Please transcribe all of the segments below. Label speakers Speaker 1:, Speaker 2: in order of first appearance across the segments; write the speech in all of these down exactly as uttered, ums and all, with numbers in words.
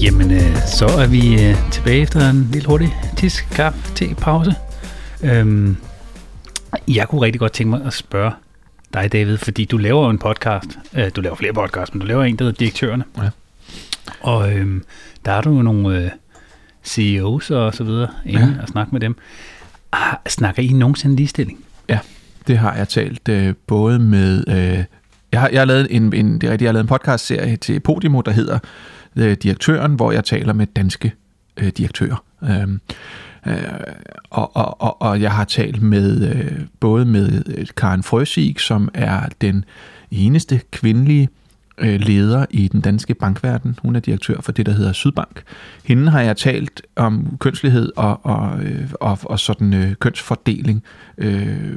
Speaker 1: Jamen, øh, så er vi øh, tilbage efter en lille hurtig tisk, kaffe, te, pause. Øhm, jeg kunne rigtig godt tænke mig at spørge dig, David, fordi du laver jo en podcast. Øh, du laver flere podcasts, men du laver en, der hedder Direktørerne.
Speaker 2: Ja.
Speaker 1: Og øh, der er du jo nogle øh, C E O's og så videre inde ja. og snakke med dem. Ah, snakker I nogensinde ligestilling?
Speaker 2: Ja, det har jeg talt øh, både med... Øh, jeg, har, jeg har lavet en, en, det er rigtigt, jeg har lavet en podcast-serie til Podimo, der hedder øh, Direktøren, hvor jeg taler med danske øh, direktører. Øhm, øh, og, og, og, og jeg har talt med øh, både med Karen Frøsig, som er den eneste kvindelige øh, leder i den danske bankverden. Hun er direktør for det, der hedder Sydbank. Hende har jeg talt om kønslighed og, og, øh, og, og sådan øh, kønsfordeling øh,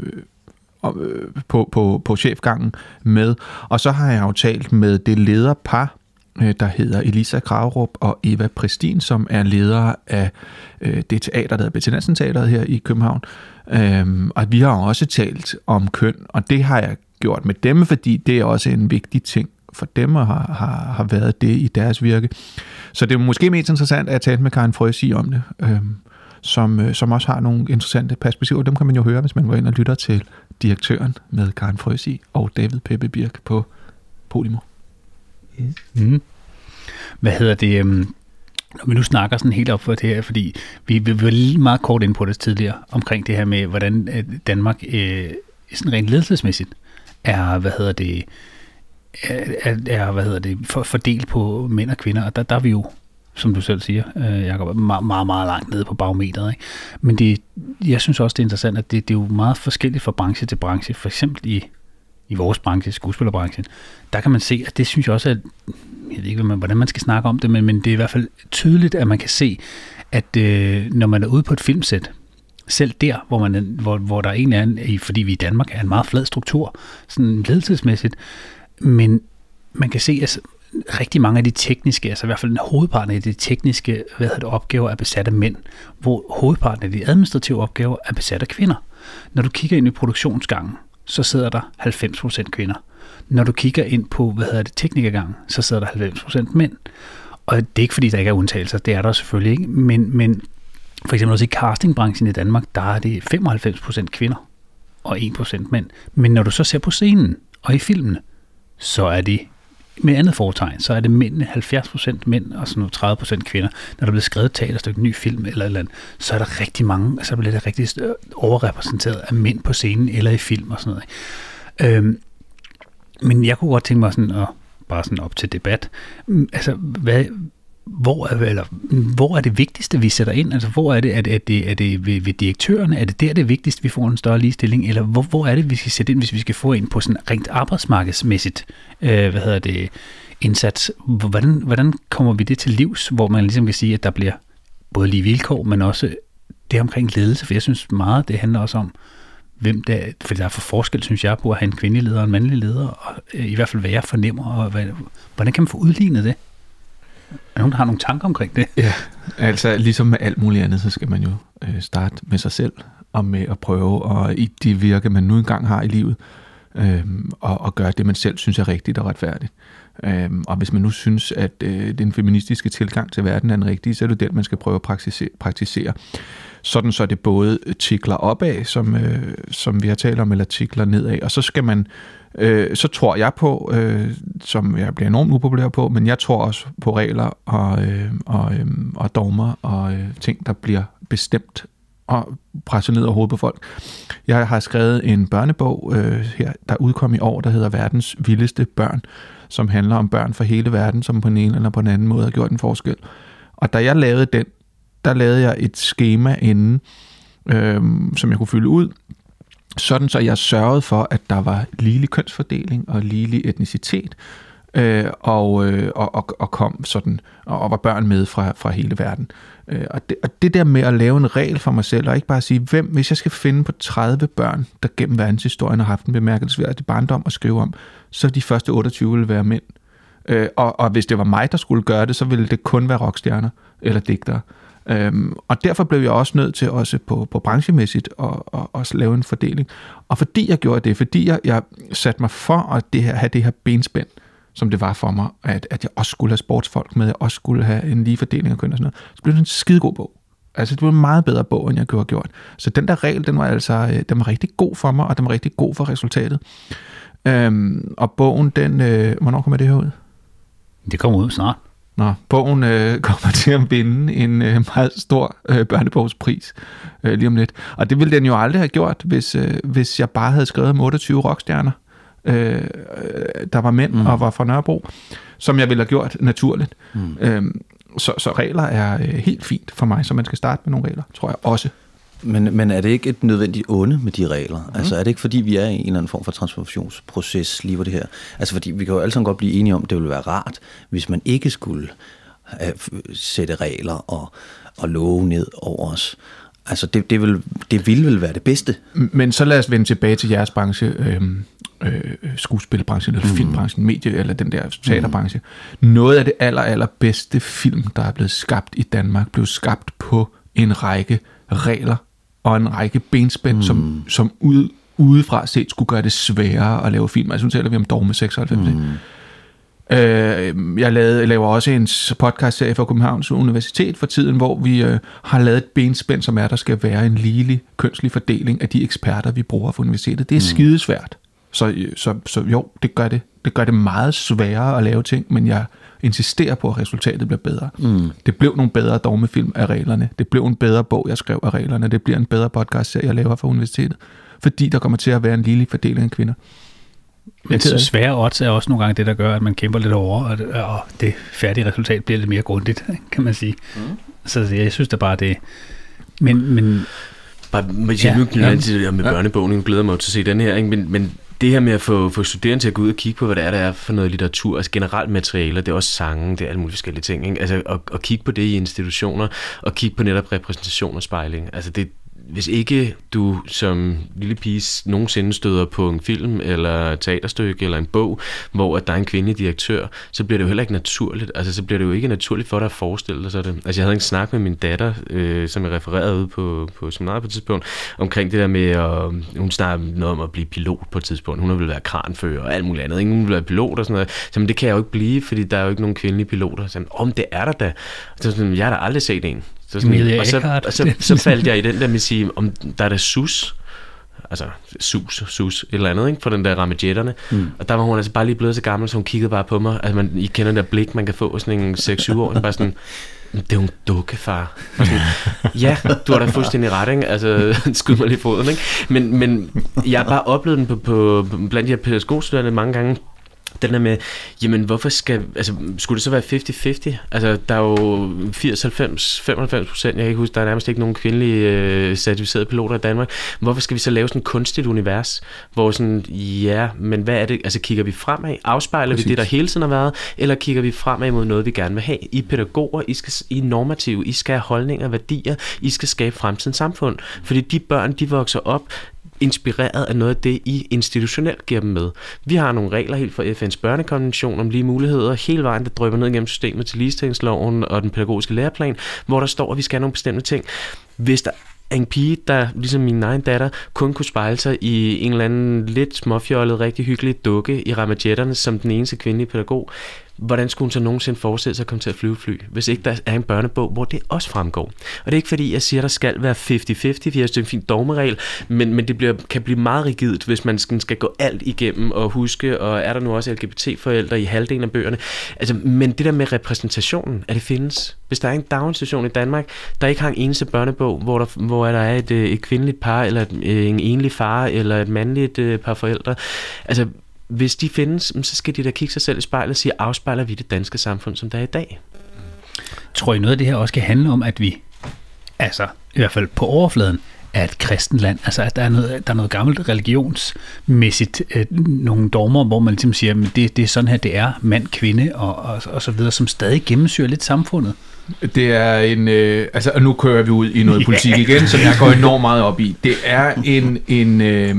Speaker 2: på, på, på chefgangen med. Og så har jeg jo talt med det lederpar, der hedder Elisa Kragerup og Eva Pristin, som er ledere af øh, det teater, der hedder Betty Nansen Teatret her i København. Øhm, og vi har også talt om køn, og det har jeg gjort med dem, fordi det er også en vigtig ting for dem, og har, har, har været det i deres virke. Så det er måske mest interessant, at jeg talte med Karen Frøsig om det, øhm, som, som også har nogle interessante perspektiver. Dem kan man jo høre, hvis man går ind og lytter til Direktøren med Karen Frøsig og David Peppe Birk på Podimo.
Speaker 1: Yes. Mm. Hvad hedder det, um, når vi nu snakker sådan helt op for det her, fordi vi, vi var lige meget kort inde på det tidligere, omkring det her med, hvordan Danmark øh, sådan rent ledelsesmæssigt er, hvad hedder det, er, er hvad hedder det, for, fordelt på mænd og kvinder, og der, der er vi jo, som du selv siger, øh, Jacob, meget, meget, meget langt nede på barometeret, ikke? Men det, jeg synes også, det er interessant, at det, det er jo meget forskelligt fra branche til branche, for eksempel i i vores branche, skuespillerbranchen, der kan man se, at det synes jeg også, at jeg ved ikke, hvordan man skal snakke om det, men, men det er i hvert fald tydeligt, at man kan se, at øh, når man er ude på et filmsæt, selv der, hvor, man er, hvor, hvor der egentlig er, en, fordi vi i Danmark er en meget flad struktur, sådan ledelsesmæssigt, men man kan se, at rigtig mange af de tekniske, altså i hvert fald en hovedparten af de tekniske hvad hedder det, opgaver er besat af mænd, hvor hovedparten af de administrative opgaver er besat af kvinder. Når du kigger ind i produktionsgangen, så sidder der halvfems procent kvinder. Når du kigger ind på, hvad hedder det, teknikergangen, så sidder der halvfems procent mænd. Og det er ikke fordi, der ikke er undtagelser, det er der selvfølgelig ikke, men, men for eksempel også i castingbranchen i Danmark, der er det femoghalvfems procent kvinder og en procent mænd. Men når du så ser på scenen og i filmene, så er det med andet foretegn, så er det mændene halvfjerds procent mænd og sådan noget tredive procent kvinder. Når der bliver skrevet et teaterstykke, ny film eller et eller andet, så er der rigtig mange, så bliver det rigtig overrepræsenteret af mænd på scenen eller i film og sådan noget. Øhm, men jeg kunne godt tænke mig sådan at bare sådan op til debat. Altså, hvad, hvor, er, eller, hvor er det vigtigste, vi sætter ind? Altså, hvor er det, er det, er det, er det ved, ved direktørerne? Er det der det vigtigste, vi får en større ligestilling? Eller hvor, hvor er det, vi skal sætte ind, hvis vi skal få ind på sådan rent arbejdsmarkedsmæssigt, øh, hvad hedder det, indsats? Hvordan, hvordan kommer vi det til livs, hvor man ligesom kan sige, at der bliver både lige vilkår, men også det omkring ledelse? For jeg synes meget, det handler også om, hvem der, for der er for forskel, synes jeg, på at have en kvindelig leder og en mandlig leder, og øh, i hvert fald hvad jeg fornemmer, og hvad, hvordan kan man få udlignet det? Er nogen, der har nogle tanker omkring det?
Speaker 2: Ja, altså ligesom med alt muligt andet, så skal man jo øh, starte med sig selv, og med at prøve, og i de virke, man nu engang har i livet, øh, og, og gøre det, man selv synes er rigtigt og retfærdigt. Øh, og hvis man nu synes, at øh, den feministiske tilgang til verden er den rigtige, så er det den, man skal prøve at praktisere. praktisere. Sådan så det både tikler opad, som, øh, som vi har talt om, eller tikler nedad, og så skal man Øh, så tror jeg på, øh, som jeg bliver enormt upopulær på, men jeg tror også på regler og, øh, og, øh, og dogmer og øh, ting, der bliver bestemt og presset ned over hovedet på folk. Jeg har skrevet en børnebog øh, her, der udkom i år, der hedder Verdens vildeste børn, som handler om børn fra hele verden, som på en ene eller på en anden måde har gjort en forskel. Og da jeg lavede den, der lavede jeg et skema inden, øh, som jeg kunne fylde ud, sådan så jeg sørgede for, at der var ligelig kønsfordeling og ligelig etnicitet, øh, og, øh, og, og, og kom sådan, og, og var børn med fra, fra hele verden. Øh, og, det, og det der med at lave en regel for mig selv, og ikke bare sige, hvem, hvis jeg skal finde på tredive børn, der gennem verdenshistorien har haft en bemærkelsesværdig barndom at skrive om, så de første otteogtyve ville være mænd. Øh, og, og hvis det var mig, der skulle gøre det, så ville det kun være rockstjerner eller digtere. Øhm, og derfor blev jeg også nødt til også på, på branchemæssigt at, at, at lave en fordeling. Og fordi jeg gjorde det, fordi jeg, jeg satte mig for at det her, have det her benspænd, som det var for mig, at, at jeg også skulle have sportsfolk med, jeg også skulle have en lige fordeling af køn og sådan noget, så blev det en skidegod bog. Altså, det var en meget bedre bog, end jeg kunne have gjort. Så den der regel, den var altså den var rigtig god for mig, og den var rigtig god for resultatet. Øhm, og bogen, den... Øh, hvornår kommer det her ud?
Speaker 1: Det kommer ud snart.
Speaker 2: Nå, bogen øh, kommer til at vinde en øh, meget stor øh, børnebogspris øh, lige om lidt. Og det ville den jo aldrig have gjort, hvis, øh, hvis jeg bare havde skrevet om otteogtyve rockstjerner, øh, der var mænd mm. og var fra Nørrebro, som jeg ville have gjort naturligt. Mm. Øhm, så, så regler er øh, helt fint for mig, så man skal starte med nogle regler, tror jeg også.
Speaker 3: Men, men er det ikke et nødvendigt onde med de regler? Mm. Altså er det ikke fordi, vi er i en eller anden form for transformationsproces lige hvor det her? Altså fordi vi kan jo alle sammen godt blive enige om, at det ville være rart, hvis man ikke skulle uh, sætte regler og, og love ned over os. Altså det, det, vil, det ville vel være det bedste.
Speaker 2: Men så lad os vende tilbage til jeres branche, øh, øh, skuespilbranchen, eller mm. filmbranchen, medie, eller den der teaterbranche. Mm. Noget af det aller, aller bedste film, der er blevet skabt i Danmark, blev skabt på en række regler og en række benspænd, mm. som, som ude, udefra set skulle gøre det sværere at lave film. Altså nu taler vi om Dogme seksoghalvfems. Mm. Øh, jeg, lavede, jeg laver også en podcast-serie for Københavns Universitet for tiden, hvor vi øh, har lavet et benspænd, som er, der skal være en ligelig kønslig fordeling af de eksperter, vi bruger for universitetet. Det er mm. skidesvært. Så, så, så jo, det gør det. Det gør det meget sværere at lave ting, men jeg insisterer på, at resultatet bliver bedre. Mm. Det blev nogle bedre dogmefilm af reglerne. Det blev en bedre bog, jeg skrev af reglerne. Det bliver en bedre podcast-serie, jeg laver for universitetet. Fordi der kommer til at være en ligelig fordeling af kvinder.
Speaker 1: Men så svære odds er også nogle gange det, der gør, at man kæmper lidt over, og det, og det færdige resultat bliver lidt mere grundigt, kan man sige. Mm. Så jeg synes da bare, det... Men... men
Speaker 4: bare, man siger, ja, nu ja, til det her med børnebogen, jeg glæder mig til at se den her, ikke? Men, men det her med at få, få studerende til at gå ud og kigge på, hvad det er, der er for noget litteratur, altså generelt materialer, det er også sange, det er alle mulige forskellige ting, ikke? Altså at, at kigge på det i institutioner, og kigge på netop repræsentation og spejling, altså det, hvis ikke du som lille pige nogensinde støder på en film eller et teaterstykke eller en bog, hvor at der er en kvindelig direktør, så bliver det jo heller ikke naturligt. Altså så bliver det jo ikke naturligt for dig at forestille dig sådan. Altså jeg havde en snak med min datter, øh, som jeg refererede ude på, på seminariet på et tidspunkt, omkring det der med, at hun snakkede noget om at blive pilot på et tidspunkt. Hun ville være kranfører og alt muligt andet. Ingen ville være pilot og sådan noget. Så men det kan jeg jo ikke blive, fordi der er jo ikke nogen kvindelige piloter. Så om det er der da. Så sådan, jeg har da aldrig set en. Så sådan, og så, og så, så faldt jeg i den der med at sige, om der er der sus, altså sus, sus, et eller andet, ikke, for den der Ramajetterne. Mm. Og der var hun altså bare lige blevet så gammel, så hun kiggede bare på mig. Altså man, I kender den der blik, man kan få sådan en seks syv år, bare sådan, det er jo en dukke, far. Sådan, ja, du har da fuldstændig ret, ikke? Altså, skud mig lige i foden, ikke? Men, men jeg har bare oplevet den på, på, blandt de her pædagogstuderende mange gange, den der med, jamen hvorfor skal, altså skulle det så være halvtreds halvtreds? Altså der er jo firs halvfems femoghalvfems procent, jeg kan ikke huske, der er nærmest ikke nogen kvindelige øh, certificerede piloter i Danmark. Hvorfor skal vi så lave sådan et kunstigt univers, hvor sådan, ja, men hvad er det, altså kigger vi fremad, afspejler Præcis. vi det, der hele tiden har været, eller kigger vi fremad mod noget, vi gerne vil have? I pædagoger, I skal I er normative, I skal have holdninger, værdier, I skal skabe fremtidens samfund, fordi de børn, de vokser op, inspireret af noget af det, I institutionelt giver dem med. Vi har nogle regler helt fra F N's børnekonvention om lige muligheder, hele vejen, der drøber ned gennem systemet til ligestillingsloven og den pædagogiske læreplan, hvor der står, at vi skal have nogle bestemte ting. Hvis der er en pige, der ligesom min egen datter, kun kunne spejle sig i en eller anden lidt småfjollet, rigtig hyggelig dukke i Ramajetterne som den eneste kvindelige pædagog, hvordan skulle hun så nogensinde forestille sig at komme til at flyve fly, hvis ikke der er en børnebog, hvor det også fremgår. Og det er ikke fordi, jeg siger, at der skal være halvtreds halvtreds, vi har en fin dogmeregel, men, men det bliver, kan blive meget rigidt, hvis man skal, skal gå alt igennem og huske, og er der nu også L G B T-forældre i halvdelen af bøgerne. Altså, men det der med repræsentationen, at det findes. Hvis der er en daginstitution i Danmark, der ikke har en eneste børnebog, hvor der, hvor der er et, et kvindeligt par, eller et, en enlig far, eller et mandligt par forældre, altså hvis de findes, så skal de da kigge sig selv i spejlet og sige, afspejler vi det danske samfund, som der er i dag?
Speaker 1: Tror I noget af det her også kan handle om, at vi, altså i hvert fald på overfladen, er et kristent land, altså at der er noget, der er noget gammelt religionsmæssigt, øh, nogle dogmer, hvor man ligesom siger, at det, det er sådan her, det er mand, kvinde og, og, og så videre, som stadig gennemsyrer lidt samfundet.
Speaker 2: Det er en, øh, altså og nu kører vi ud i noget politik yeah. igen, som jeg går enormt meget op i. Det er en, en øh,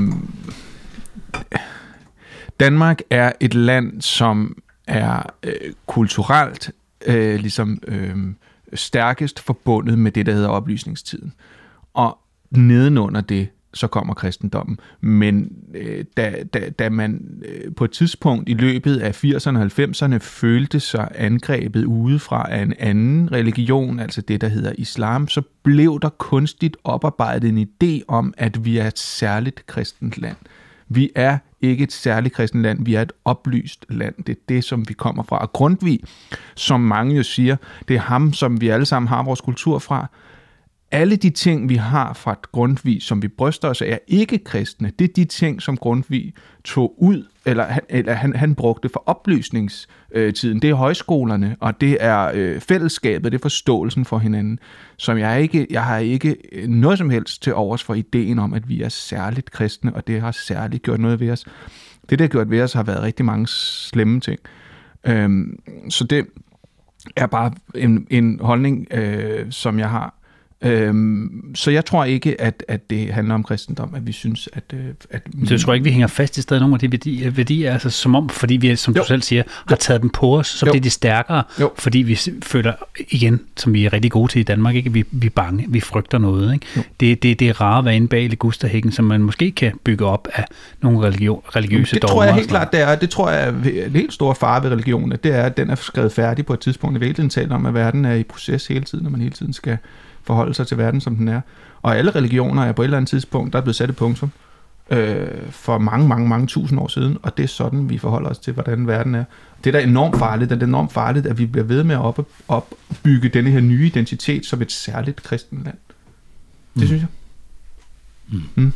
Speaker 2: Danmark er et land, som er øh, kulturelt øh, ligesom øh, stærkest forbundet med det, der hedder oplysningstiden. Og nedenunder det, så kommer kristendommen. Men øh, da, da, da man øh, på et tidspunkt i løbet af firserne og halvfemserne følte sig angrebet udefra af en anden religion, altså det, der hedder islam, så blev der kunstigt oparbejdet en idé om, at vi er et særligt kristent land. Vi er ikke et særligt kristent land, vi er et oplyst land. Det er det, som vi kommer fra. Og Grundtvig, som mange jo siger, det er ham, som vi alle sammen har vores kultur fra. Alle de ting, vi har fra Grundtvig, som vi bryster os af, er ikke kristne. Det er de ting, som Grundtvig tog ud, eller han, eller han, han brugte for oplysningstiden. Det er højskolerne, og det er øh, fællesskabet, det er forståelsen for hinanden. Som jeg ikke, jeg har ikke noget som helst til overs for ideen om, at vi er særligt kristne, og det har særligt gjort noget ved os. Det, der har gjort ved os, har været rigtig mange slemme ting. Øhm, så det er bare en, en holdning, øh, som jeg har. Øhm, så jeg tror ikke, at, at det handler om kristendom, at vi synes, at... at
Speaker 1: så jeg tror ikke, vi hænger fast i stedet nogle af de værdier, værdier altså som om, fordi vi, som jo. du selv siger, har taget dem på os, så jo. bliver de stærkere, jo. fordi vi føler igen, som vi er rigtig gode til i Danmark, ikke? Vi, vi er bange, vi frygter noget. Ikke? Det, det, det er rare at være inde bag ligusterhækken, som man måske kan bygge op af nogle religion, religiøse
Speaker 2: det
Speaker 1: dogmer.
Speaker 2: Det tror jeg helt klart, det er. Det tror jeg er en helt stor fare ved religionen, at det er, at den er skrevet færdig på et tidspunkt. I virkeligheden taler om, at verden er i proces hele tiden, og man hele tiden skal forholde sig til verden, som den er. Og alle religioner er på et eller andet tidspunkt, der er blevet sat et punktum øh, for mange, mange, mange tusind år siden, og det er sådan, vi forholder os til, hvordan verden er. Det er da enormt farligt, og det er enormt farligt, at vi bliver ved med at op, opbygge denne her nye identitet som et særligt kristent land. Det mm. synes jeg.
Speaker 4: Mm. Mm.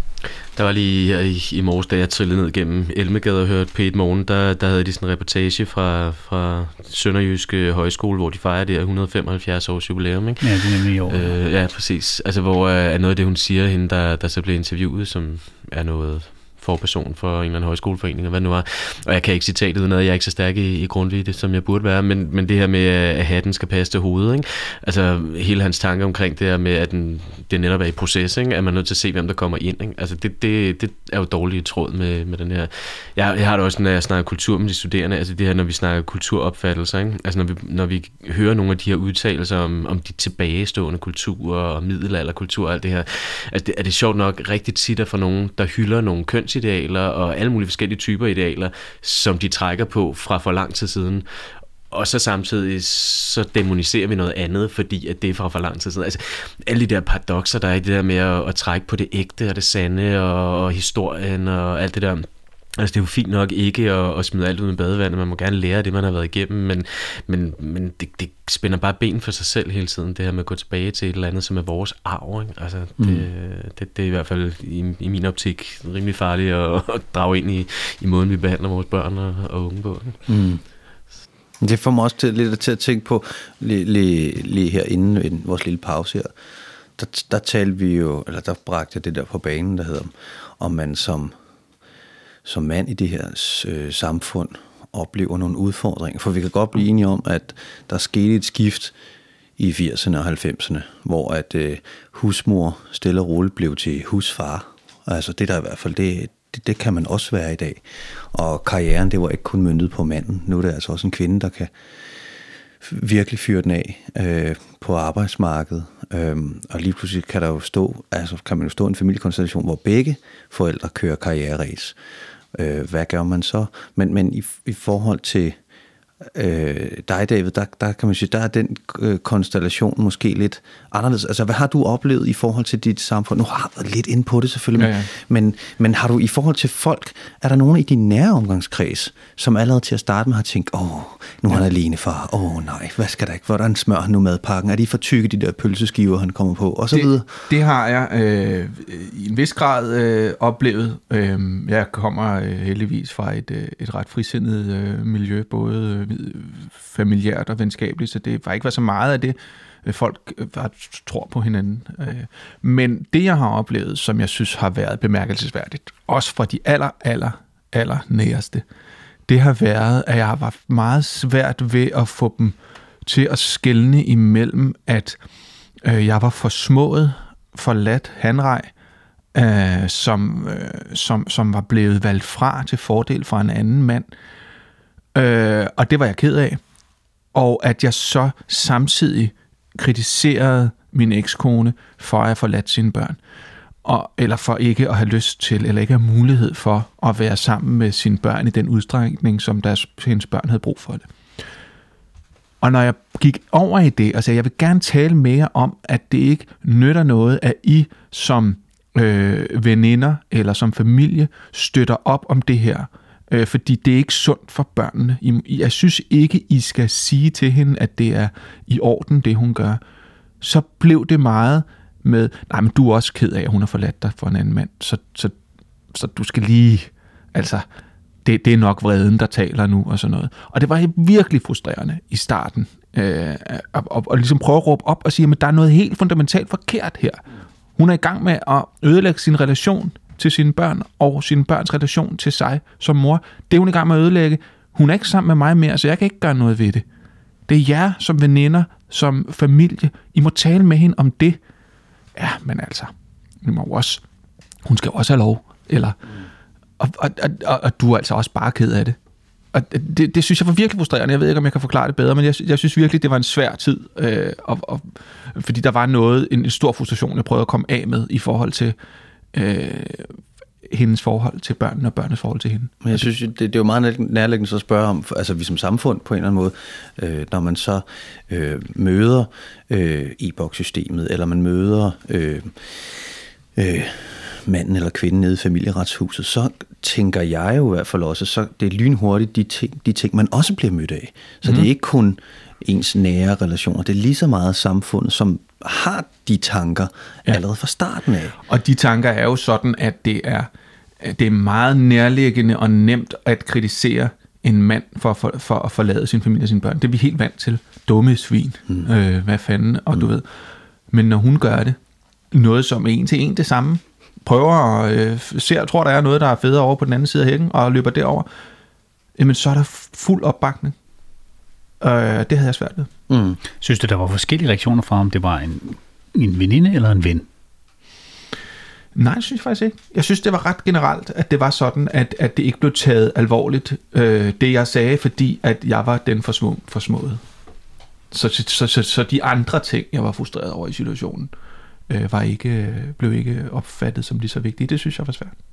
Speaker 4: Der var lige her i, i morges, da jeg trillede ned gennem Elmegade og hørte P et Morgen, der, der havde de sådan en reportage fra, fra Sønderjyske Højskole, hvor de fejrer det her et hundrede og femoghalvfjerds års jubilæum. Ikke?
Speaker 1: Ja, det er nemlig i år.
Speaker 4: Øh, ja, præcis. Altså, hvor er noget af det, hun siger, hende, der, der så blev interviewet, som er noget forperson for en eller anden højskoleforening, og hvad det nu er. Og jeg kan ikke citatet noget, jeg er ikke så stærk i, i Grundtvig, det som jeg burde være, men, men det her med, at hatten skal passe til hovedet, ikke? Altså hele hans tanke omkring det her med, at den, det netop er i proces, ikke? At man er nødt til at se, hvem der kommer ind, ikke? Altså det, det, det er jo dårligt tråd med, med den her. Jeg, jeg har det også, når jeg snakker kultur med de studerende, altså det her, når vi snakker kulturopfattelser, ikke? Altså når vi, når vi hører nogle af de her udtalelser om, om de tilbagestående kulturer og middelalderkultur og alt det her, altså det, er det sjovt nok rigtig tit for nogen, der hylder nogle køns idealer og alle mulige forskellige typer idealer, som de trækker på fra for lang tid siden. Og så samtidig så demoniserer vi noget andet, fordi at det er fra for lang tid siden. Altså alle de der paradokser, der er i det der med at, at trække på det ægte og det sande og, og historien og alt det der. Altså det er jo fint nok ikke at, at smide alt ud med badevandet, man må gerne lære det, man har været igennem, men, men, men det, det spænder bare ben for sig selv hele tiden, det her med at gå tilbage til et eller andet, som er vores arv. Ikke? Altså det, mm. det, det er i hvert fald i, i min optik rimelig farligt at, at drage ind i, i måden, vi behandler vores børn og, og unge på. Mm.
Speaker 3: Det får mig også til, lidt til at tænke på, lige, lige, lige her inden i vores lille pause her, der, der talte vi jo, eller der bragte jeg det der på banen, der hedder, om man som som mand i det her øh, samfund oplever nogle udfordringer. For vi kan godt blive enige om, at der skete et skift i firserne og halvfemserne, hvor at øh, husmor stille og roligt blev til husfar. Altså det der i hvert fald, det, det, det kan man også være i dag. Og karrieren, det var ikke kun møntet på manden. Nu er det altså også en kvinde, der kan virkelig fyre den af øh, på arbejdsmarkedet. Øhm, og lige pludselig kan der jo stå, altså kan man jo stå i en familiekonstellation, hvor begge forældre kører karriereræs. Øh, hvad gør man så? Men, men i, i forhold til øh, dig, David, der, der kan man sige, der er den øh, konstellation måske lidt anderledes. Altså, hvad har du oplevet i forhold til dit samfund? Nu har jeg været lidt inde på det selvfølgelig, ja, ja. Men, men har du i forhold til folk, er der nogen i din nære omgangskreds, som allerede til at starte med har tænkt, åh, nu er han alene far, åh nej, hvad skal der ikke, hvordan smører han nu madpakken? Er de for tykke, de der pølseskiver, han kommer på? Og så
Speaker 2: det,
Speaker 3: videre.
Speaker 2: Det har jeg øh, i en vis grad øh, oplevet. Øh, jeg kommer øh, heldigvis fra et, øh, et ret frisindet øh, miljø, både øh, familiært og venskabeligt, så det var ikke været så meget af det, folk øh, tror på hinanden. Øh, men det, jeg har oplevet, som jeg synes har været bemærkelsesværdigt, også fra de aller, aller, aller næreste, det har været, at jeg har været meget svært ved at få dem til at skelne imellem, at øh, jeg var forsmået, forladt hanrej, øh, som, øh, som, som var blevet valgt fra til fordel for en anden mand. Øh, og det var jeg ked af. Og at jeg så samtidig kritiserede min ekskone for at have forladt sine børn. og, eller for ikke at have lyst til, eller ikke have mulighed for at være sammen med sine børn i den udstrækning, som deres, hendes børn havde brug for det. Og når jeg gik over i det, og sagde, jeg vil gerne tale mere om, at det ikke nytter noget, at I som øh, veninder eller som familie støtter op om det her, øh, fordi det er ikke sundt for børnene. I, jeg synes ikke, I skal sige til hende, at det er i orden, det hun gør. Så blev det meget med, nej, men du er også ked af, at hun har forladt dig for en anden mand, så, så, så du skal lige, altså, det, det er nok vreden, der taler nu, og sådan noget. Og det var virkelig frustrerende i starten, øh, og, og, og ligesom prøve at råbe op og sige, at der er noget helt fundamentalt forkert her. Hun er i gang med at ødelægge sin relation til sine børn, og sine børns relation til sig som mor. Det er hun i gang med at ødelægge. Hun er ikke sammen med mig mere, så jeg kan ikke gøre noget ved det. Det er jer som veninder, som familie. I må tale med hende om det. Ja, men altså, vi må også, hun skal også have lov, eller, og, og, og, og du er altså også bare ked af det. Og det, det synes jeg var virkelig frustrerende. Jeg ved ikke, om jeg kan forklare det bedre, men jeg, jeg synes virkelig, det var en svær tid, øh, og, og, fordi der var noget, en, en stor frustration, jeg prøvede at komme af med i forhold til øh, hendes forhold til børnene og børnenes forhold til hende.
Speaker 3: Men jeg synes, det, det er jo meget nærliggende så at spørge om, altså vi som samfund på en eller anden måde, øh, når man så øh, møder øh, e-boks-systemet, eller man møder øh, øh, manden eller kvinden nede i familieretshuset, så tænker jeg jo i hvert fald også, så det er lynhurtigt de ting, de ting man også bliver mødt af. Så mm. det er ikke kun ens nære relationer, det er lige så meget samfundet, som har de tanker ja. allerede fra starten af.
Speaker 2: Og de tanker er jo sådan, at det er, det er meget nærliggende og nemt at kritisere en mand for, for, for at forlade sin familie og sine børn. Det er vi helt vant til. Dumme svin. Mm. Øh, hvad fanden? Og mm. du ved. Men når hun gør det, noget som en til en det samme, prøver at øh, se, tror der er noget, der er federe over på den anden side af hækken, og løber derover, jamen så er der fuld opbakning. Øh, det havde jeg svært ved.
Speaker 1: Mm. Synes du, der var forskellige reaktioner fra, om det var en, en veninde eller en ven?
Speaker 2: Nej, det synes jeg faktisk ikke. Jeg synes, det var ret generelt, at det var sådan, at, at det ikke blev taget alvorligt, øh, det jeg sagde, fordi at jeg var den forsmå, forsmåede. Så, så, så, så, så de andre ting, jeg var frustreret over i situationen, øh, var ikke, blev ikke opfattet som lige så vigtige. Det synes jeg var svært.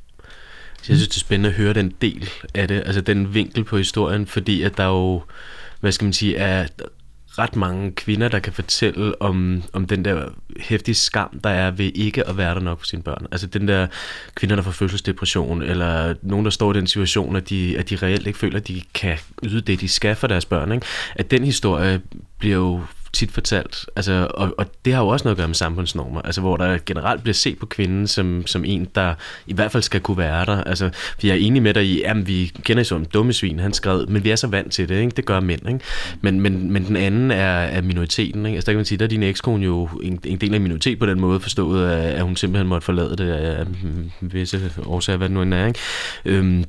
Speaker 4: Jeg synes, det er spændende at høre den del af det, altså den vinkel på historien, fordi at der jo, hvad skal man sige, er ret mange kvinder, der kan fortælle om, om den der heftige skam, der er ved ikke at være der nok for sine børn. Altså den der kvinder, der får fødselsdepression, eller nogen, der står i den situation, at de, at de reelt ikke føler, at de kan yde det, de skal for deres børn. Ikke? At den historie bliver jo tit fortalt, altså, og, og det har jo også noget at gøre med samfundsnormer, altså hvor der generelt bliver set på kvinden som, som en, der i hvert fald skal kunne være der. Altså, for jeg er enig med dig i, at vi kender jo som dumme svin, han skrev, men vi er så vant til det, ikke? Det gør mænd, ikke? Men, men, men den anden er, er minoriteten, ikke? Altså der kan man sige, der er din ekskone jo en, en del af minoritet på den måde, forstået, at hun simpelthen måtte forlade det af visse årsager, hvad det nu end er, ikke? Øhm,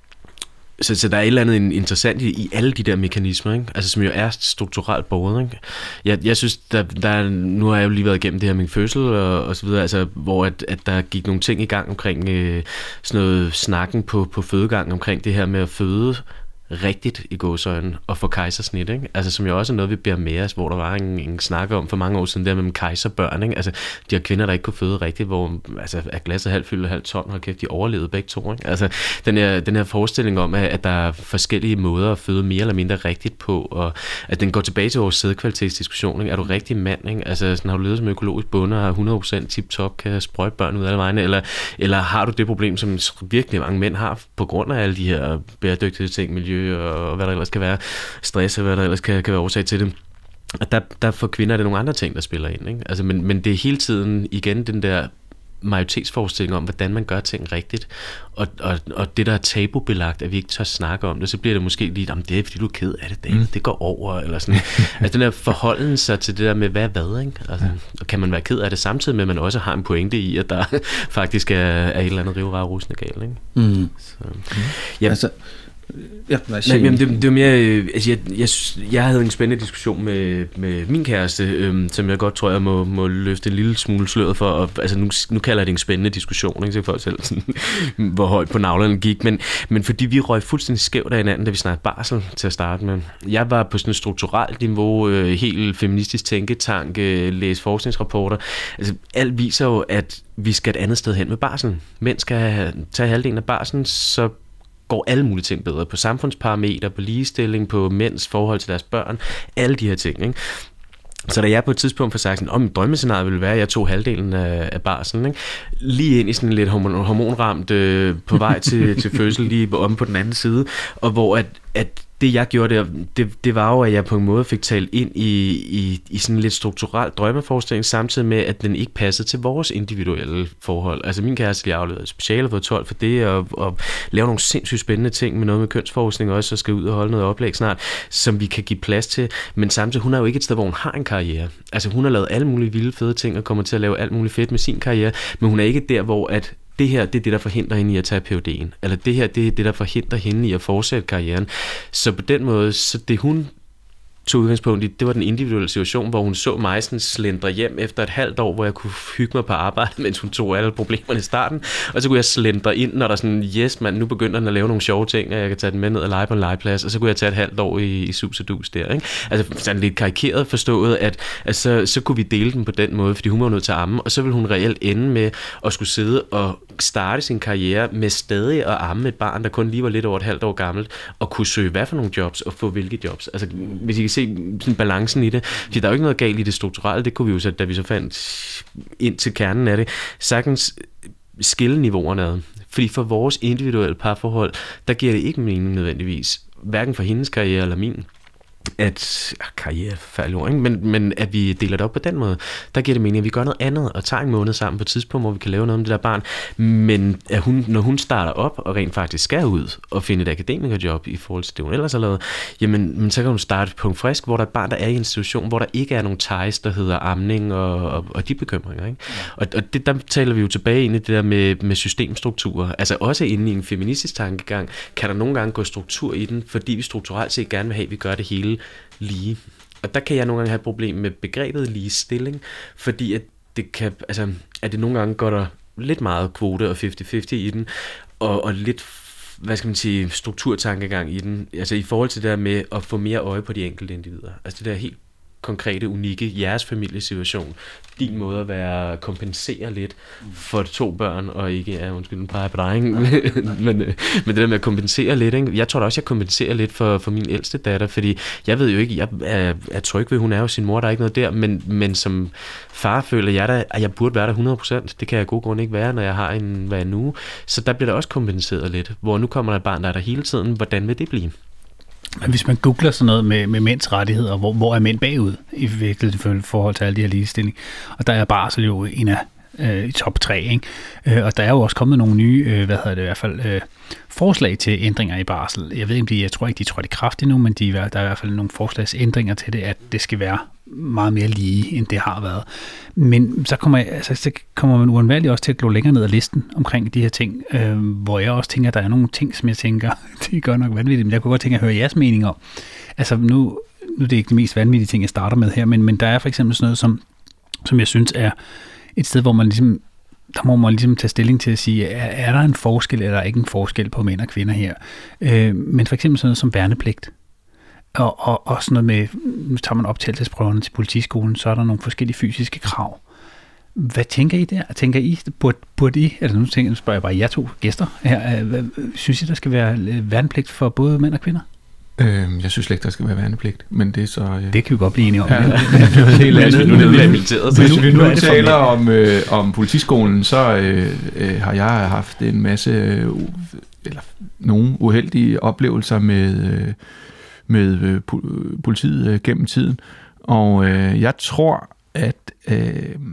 Speaker 4: Så, så der er et eller andet interessant i, i alle de der mekanismer, ikke? Altså, som jo er strukturelt båret. Ikke? Jeg, jeg synes, der, der er, nu har jeg jo lige været igennem det her med min fødsel og, og så videre, altså, hvor at, at der gik nogle ting i gang omkring øh, sådan noget snakken på, på fødegangen, omkring det her med at føde rigtigt i gåseøjne og få kejsersnit, ikke? Altså som jo også er noget, vi beder med os, hvor der var en, en snak om for mange år siden, der med kejserbørn, ikke? Altså de her kvinder, der ikke kunne føde rigtigt, hvor altså, er glasset halvt fyldt og halvt tom, hold kæft, de overlevede begge to, ikke? Altså den her, den her forestilling om, at, at der er forskellige måder at føde mere eller mindre rigtigt på, og at den går tilbage til vores sædkvalitetsdiskussion, ikke? Er du rigtig mand, ikke? Altså sådan, har du levet som økologisk bonde og har hundrede procent tip-top, kan sprøjte børn ud af alle vegne, eller, eller har du det problem, som virkelig mange mænd har på grund af alle de her bæredygtige ting, miljø og hvad der ellers kan være, stress og hvad der ellers kan, kan være årsag til det. Og der, der for kvinder er det nogle andre ting, der spiller ind. Ikke? Altså, men, men det er hele tiden igen den der majoritetsforestilling om, hvordan man gør ting rigtigt, og, og, og det der er tabubelagt, at vi ikke tør snakke om det, så bliver det måske lige, om det er fordi du er ked af det, David, mm. det går over, eller sådan. Altså den der forholden sig til det der med, hvad er hvad, ikke? Altså, ja. Kan man være ked af det, samtidig med, at man også har en pointe i, at der faktisk er, er et eller andet rivrare rusende galt, ikke?
Speaker 3: Mm.
Speaker 4: Så, ja.
Speaker 3: Altså, Ja,
Speaker 4: nej, jamen, det, det var mere, altså jeg, jeg, jeg havde en spændende diskussion med, med min kæreste, øhm, som jeg godt tror, jeg må, må løfte en lille smule sløret for, og, altså nu, nu kalder jeg det en spændende diskussion, ikke, så folk selv sådan, hvor højt på navlerne gik, men, men fordi vi røg fuldstændig skævt af hinanden, da vi snakkede barsel til at starte med. Jeg var på sådan et strukturelt niveau, øh, helt feministisk tænketank, øh, læse forskningsrapporter, altså alt viser jo, at vi skal et andet sted hen med barselen. Mænd skal tage halvdelen af barselen, så går alle mulige ting bedre på samfundsparametre, på ligestilling, på mænds forhold til deres børn, alle de her ting, ikke? Så da jeg på et tidspunkt får sagt, om drømmescenariet ville være, at jeg tog halvdelen af, af barselen, ikke? Lige ind i sådan lidt hormon, hormonramt øh, på vej til, til fødsel, lige om på den anden side, og hvor at, at det jeg gjorde der, det, det var jo, at jeg på en måde fik talt ind i, i, i sådan lidt strukturelt drømmeforestilling, samtidig med, at den ikke passede til vores individuelle forhold. Altså min kæreste lige afleveret speciale og fået tolv for det, og, og lave nogle sindssygt spændende ting med noget med kønsforskning også, og skal ud og holde noget oplæg snart, som vi kan give plads til. Men samtidig, hun er jo ikke et sted, hvor hun har en karriere. Altså hun har lavet alle mulige vilde fede ting, og kommer til at lave alt muligt fedt med sin karriere, men hun er ikke der, hvor at det her, det er det, der forhindrer hende i at tage P H D'en. Eller det her, det er det, der forhindrer hende i at fortsætte karrieren. Så på den måde, så det hun tog udgangspunkt i, det var den individuelle situation, hvor hun så mig sådan slendre hjem efter et halvt år, hvor jeg kunne hygge mig på arbejde, mens hun tog alle problemerne i starten. Og så kunne jeg slendre ind, når der sådan, yes mand, nu begynder den at lave nogle sjove ting, og jeg kan tage den med ned og lege på en legeplads, og så kunne jeg tage et halvt år i, i sus og dus der, ikke? Altså sådan lidt karikeret forstået, at, at så, så kunne vi dele den på den måde, fordi hun var nødt til at amme, og så ville hun reelt ende med at skulle sidde og starte sin karriere med stadig at amme et barn, der kun lige var lidt over et halvt år gammelt, og kunne søge hvad for nogle jobs, og få hvilke jobs. Altså hvis I kan se sådan balancen i det, fordi der er jo ikke noget galt i det strukturelle, det kunne vi jo så, da vi så fandt ind til kernen af det, sagtens skille niveauerne ad. Fordi for vores individuelle parforhold, der giver det ikke mening nødvendigvis, hverken for hendes karriere eller min, at ah, karriere er forfærdelig ord, ikke? Men, men at vi deler det op på den måde, der giver det mening, at vi gør noget andet og tager en måned sammen på et tidspunkt, hvor vi kan lave noget om det der barn. Men at hun, når hun starter op og rent faktisk skal ud og finde et akademikerjob i forhold til det, hun ellers har lavet, jamen men så kan hun starte på en frisk, hvor der er et barn, der er i en institution, hvor der ikke er nogen ties, der hedder amning og, og, og de bekymringer, ikke? Ja. Og, og det, der taler vi jo tilbage ind i det der med, med systemstrukturer. Altså også inde i en feministisk tankegang, kan der nogle gange gå struktur i den, fordi vi strukturelt set gerne vil have, at vi gør det hele lige. Og der kan jeg nogle gange have et problem med begrebet ligestilling, fordi at det kan, altså, at det nogle gange går der lidt meget kvote og halvtreds halvtreds i den, og, og lidt, hvad skal man sige, strukturtankegang i den, altså i forhold til det der med at få mere øje på de enkelte individer. Altså det der helt konkrete, unikke, jeres familiesituation, din måde at være, kompensere lidt for to børn, og ikke, ja, undskyld, bare på dig, men, men det der med at kompensere lidt, ikke? Jeg tror da også, jeg kompenserer lidt for, for min ældste datter, fordi jeg ved jo ikke, jeg er, er tryg ved, hun er jo sin mor, der er ikke noget der, men, men som far føler jeg da, at jeg burde være der hundrede procent. Det kan jeg af god grund ikke være, når jeg har en hver en uge. Så der bliver der også kompenseret lidt, hvor nu kommer der et barn, der er der hele tiden. Hvordan vil det blive?
Speaker 1: Men hvis man googler sådan noget med, med mænds rettigheder, hvor, hvor er mænd bagud i virkeligheden forhold til alle de her ligestilling, og der er barsel jo en af øh, i top tre, ikke? Øh, og der er jo også kommet nogle nye, øh, hvad hedder det i hvert fald, øh, forslag til ændringer i barsel. Jeg ved ikke, de, jeg tror ikke, de tror det kraft endnu, men de, der er i hvert fald nogle forslagsændringer til det, at det skal være meget mere lige, end det har været. Men så kommer, altså, så kommer man uundværligt også til at gå længere ned ad listen omkring de her ting, øh, hvor jeg også tænker, at der er nogle ting, som jeg tænker, det gør nok vanvittigt, men jeg kunne godt tænke at høre jeres mening om. Altså nu, nu er det ikke de mest vanvittige ting, jeg starter med her, men, men der er for eksempel sådan noget, som, som jeg synes er et sted, hvor man ligesom, der må man ligesom tage stilling til at sige, er, er der en forskel, eller er der ikke en forskel på mænd og kvinder her? Øh, men for eksempel sådan noget som værnepligt. Og, og, og sådan noget med, nu tager man optagelsesprøverne til politiskolen, så er der nogle forskellige fysiske krav. Hvad tænker I der? Tænker I, burde, burde I, altså nu tænker, spørger jeg bare jer to gæster her, hvad, synes I, der skal være værnepligt for både mænd og kvinder?
Speaker 2: Øhm, jeg synes slet ikke, der skal være værnepligt, men det er så... Øh...
Speaker 1: Det kan vi godt blive enige om.
Speaker 2: Ja,
Speaker 1: ja.
Speaker 2: Hvis vi nu, hvis vi nu
Speaker 1: nu
Speaker 2: taler om, øh, om politiskolen, så øh, øh, har jeg haft en masse, øh, eller nogle uheldige oplevelser med... Øh, med øh, politiet øh, gennem tiden, og øh, jeg tror, at, øh,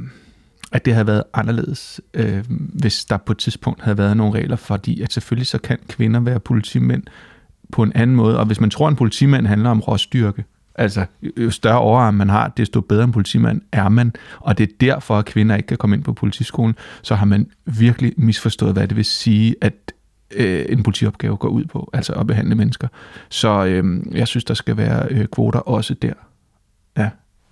Speaker 2: at det havde været anderledes, øh, hvis der på et tidspunkt havde været nogle regler, fordi at selvfølgelig så kan kvinder være politimænd på en anden måde, og hvis man tror, at en politimand handler om råstyrke, altså jo større overarm man har, desto bedre en politimand er man, og det er derfor, at kvinder ikke kan komme ind på politiskolen, så har man virkelig misforstået, hvad det vil sige, at øh, en politiopgave går ud på, altså at behandle mennesker. Så øh, jeg synes, der skal være øh, kvoter også der. Ja.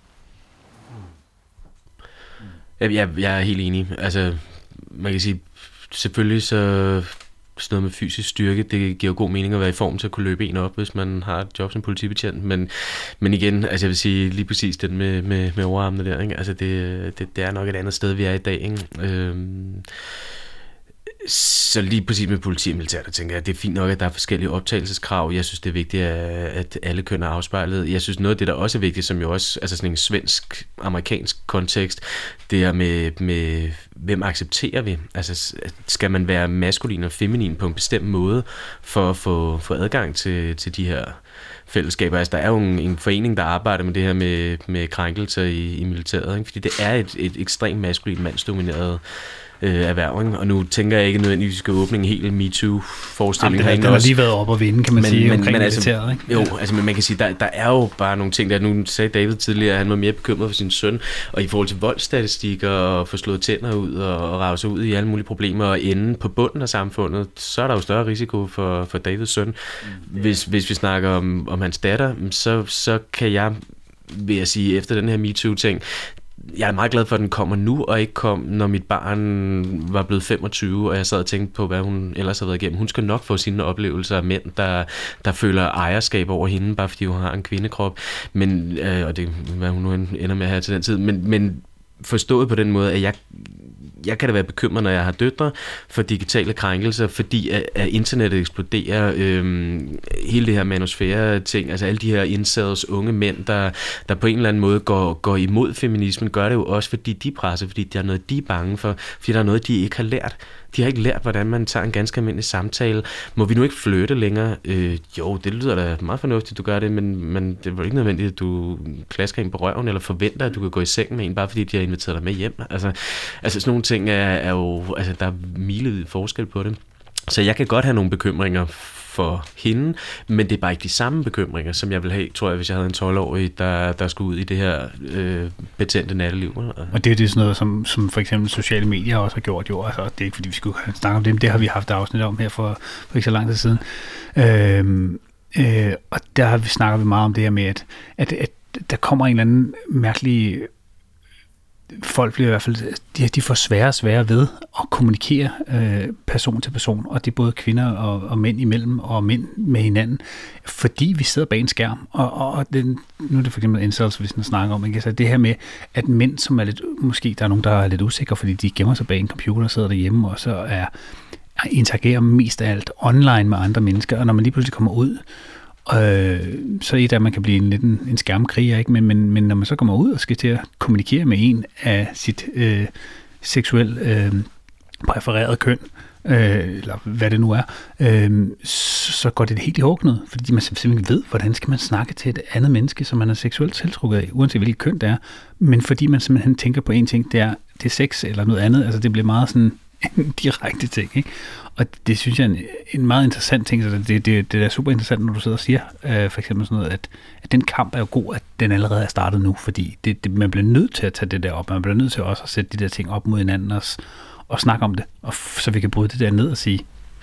Speaker 4: Jeg, jeg, jeg er helt enig. Altså, man kan sige, selvfølgelig så sådan noget med fysisk styrke, det giver jo god mening at være i form til at kunne løbe en op, hvis man har et job som politibetjent, men, men igen, altså jeg vil sige lige præcis den med, med, med overarmene der, ikke? Altså det, det, det er nok et andet sted, vi er i dag, ikke? Øhm, Så lige præcis med politi og militær, der tænker jeg, at det er fint nok, at der er forskellige optagelseskrav. Jeg synes, det er vigtigt, at alle køn er afspejlet. Jeg synes, noget af det, der også er vigtigt, som jo også, altså sådan en svensk-amerikansk kontekst, det er med, med, hvem accepterer vi? Altså, skal man være maskulin og feminin på en bestemt måde, for at få, få adgang til, til de her fællesskaber? Altså, der er jo en, en forening, der arbejder med det her med, med krænkelser i, i militæret, ikke? Fordi det er et, et ekstremt maskulin, mandsdomineret Øh, erhvervning, og nu tænker jeg ikke nødvendigvis, at vi skal åbne en hel MeToo-forestilling.
Speaker 1: Jamen, den har lige været op og vinde, kan man men, sige, men, omkring men, militæret,
Speaker 4: altså,
Speaker 1: ikke?
Speaker 4: Jo, altså, men man kan sige, der, der er jo bare nogle ting, der nu sagde David tidligere, at han var mere bekymret for sin søn, og i forhold til voldsstatistikker, og få slået tænder ud, og, og rave sig ud i alle mulige problemer, og ende på bunden af samfundet, så er der jo større risiko for, for Davids søn. Mm. Hvis, hvis vi snakker om, om hans datter, så, så kan jeg, vil jeg sige, efter den her MeToo-ting, jeg er meget glad for, at den kommer nu, og ikke kom, når mit barn var blevet femogtyve, og jeg sad og tænkte på, hvad hun ellers har været igennem. Hun skal nok få sine oplevelser af mænd, der, der føler ejerskab over hende, bare fordi hun har en kvindekrop. Men, øh, og det hvad hun nu ender med at have til den tid. Men, men forstået på den måde, at jeg jeg kan da være bekymret, når jeg har døtre, for digitale krænkelser, fordi at, at internettet eksploderer, øhm, hele det her manusfære-ting, altså alle de her incels, unge mænd, der, der på en eller anden måde går, går imod feminismen, gør det jo også, fordi de presser, fordi der er noget, de er bange for, fordi der er noget, de ikke har lært. De har ikke lært, hvordan man tager en ganske almindelig samtale. Må vi nu ikke flytte længere? Øh, jo, det lyder da meget fornuftigt, du gør det, men, men det er ikke nødvendigt, at du klasker en på røven, eller forventer, at du kan gå i seng med en, bare fordi de har inviteret dig med hjem. Altså, altså sådan nogle ting er, er jo, altså der er milevid forskel på det. Så jeg kan godt have nogle bekymringer for hende, men det er bare ikke de samme bekymringer, som jeg ville have, tror jeg, hvis jeg havde en tolv-årig, der, der skulle ud i det her øh, betændte natteliv.
Speaker 1: Og det er det sådan noget, som, som for eksempel sociale medier også har gjort, jo. Altså, det er ikke, fordi vi skulle snakke om det, men det har vi haft afsnit om her for, for ikke så lang tid siden. Øhm, øh, og der har vi snakket vi meget om det her med, at, at, at der kommer en eller anden mærkelig... Folk bliver i hvert fald, de, de får sværere og sværere ved at kommunikere øh, person til person, og det er både kvinder og, og mænd imellem, og mænd med hinanden, fordi vi sidder bag en skærm, og, og, og den, nu er det for eksempel incels, hvis man snakker om, ikke? Så det her med, at mænd, som er lidt, måske der er nogen, der er lidt usikre, fordi de gemmer sig bag en computer og sidder derhjemme, og så er interagerer mest af alt online med andre mennesker, og når man lige pludselig kommer ud, Øh, så et af, at man kan blive en lidt en, en skærmkriger, ikke? Men, men, men når man så kommer ud og skal til at kommunikere med en af sit øh, seksuelt øh, præfererede køn, øh, eller hvad det nu er, øh, så går det helt i hårdknud, fordi man simpelthen ved, hvordan skal man snakke til et andet menneske, som man er seksuelt tiltrukket af, uanset hvilket køn det er, men fordi man simpelthen tænker på en ting, det er, det er sex eller noget andet, altså det bliver meget sådan en direkte ting, ikke? Og det synes jeg er en, en meget interessant ting, så det, det, det er super interessant, når du sidder og siger, øh, for eksempel sådan noget, at, at den kamp er jo god, at den allerede er startet nu, fordi det, det, man bliver nødt til at tage det der op, man bliver nødt til også at sætte de der ting op mod hinanden og, og snakke om det, og f- så vi kan bryde det der ned og sige.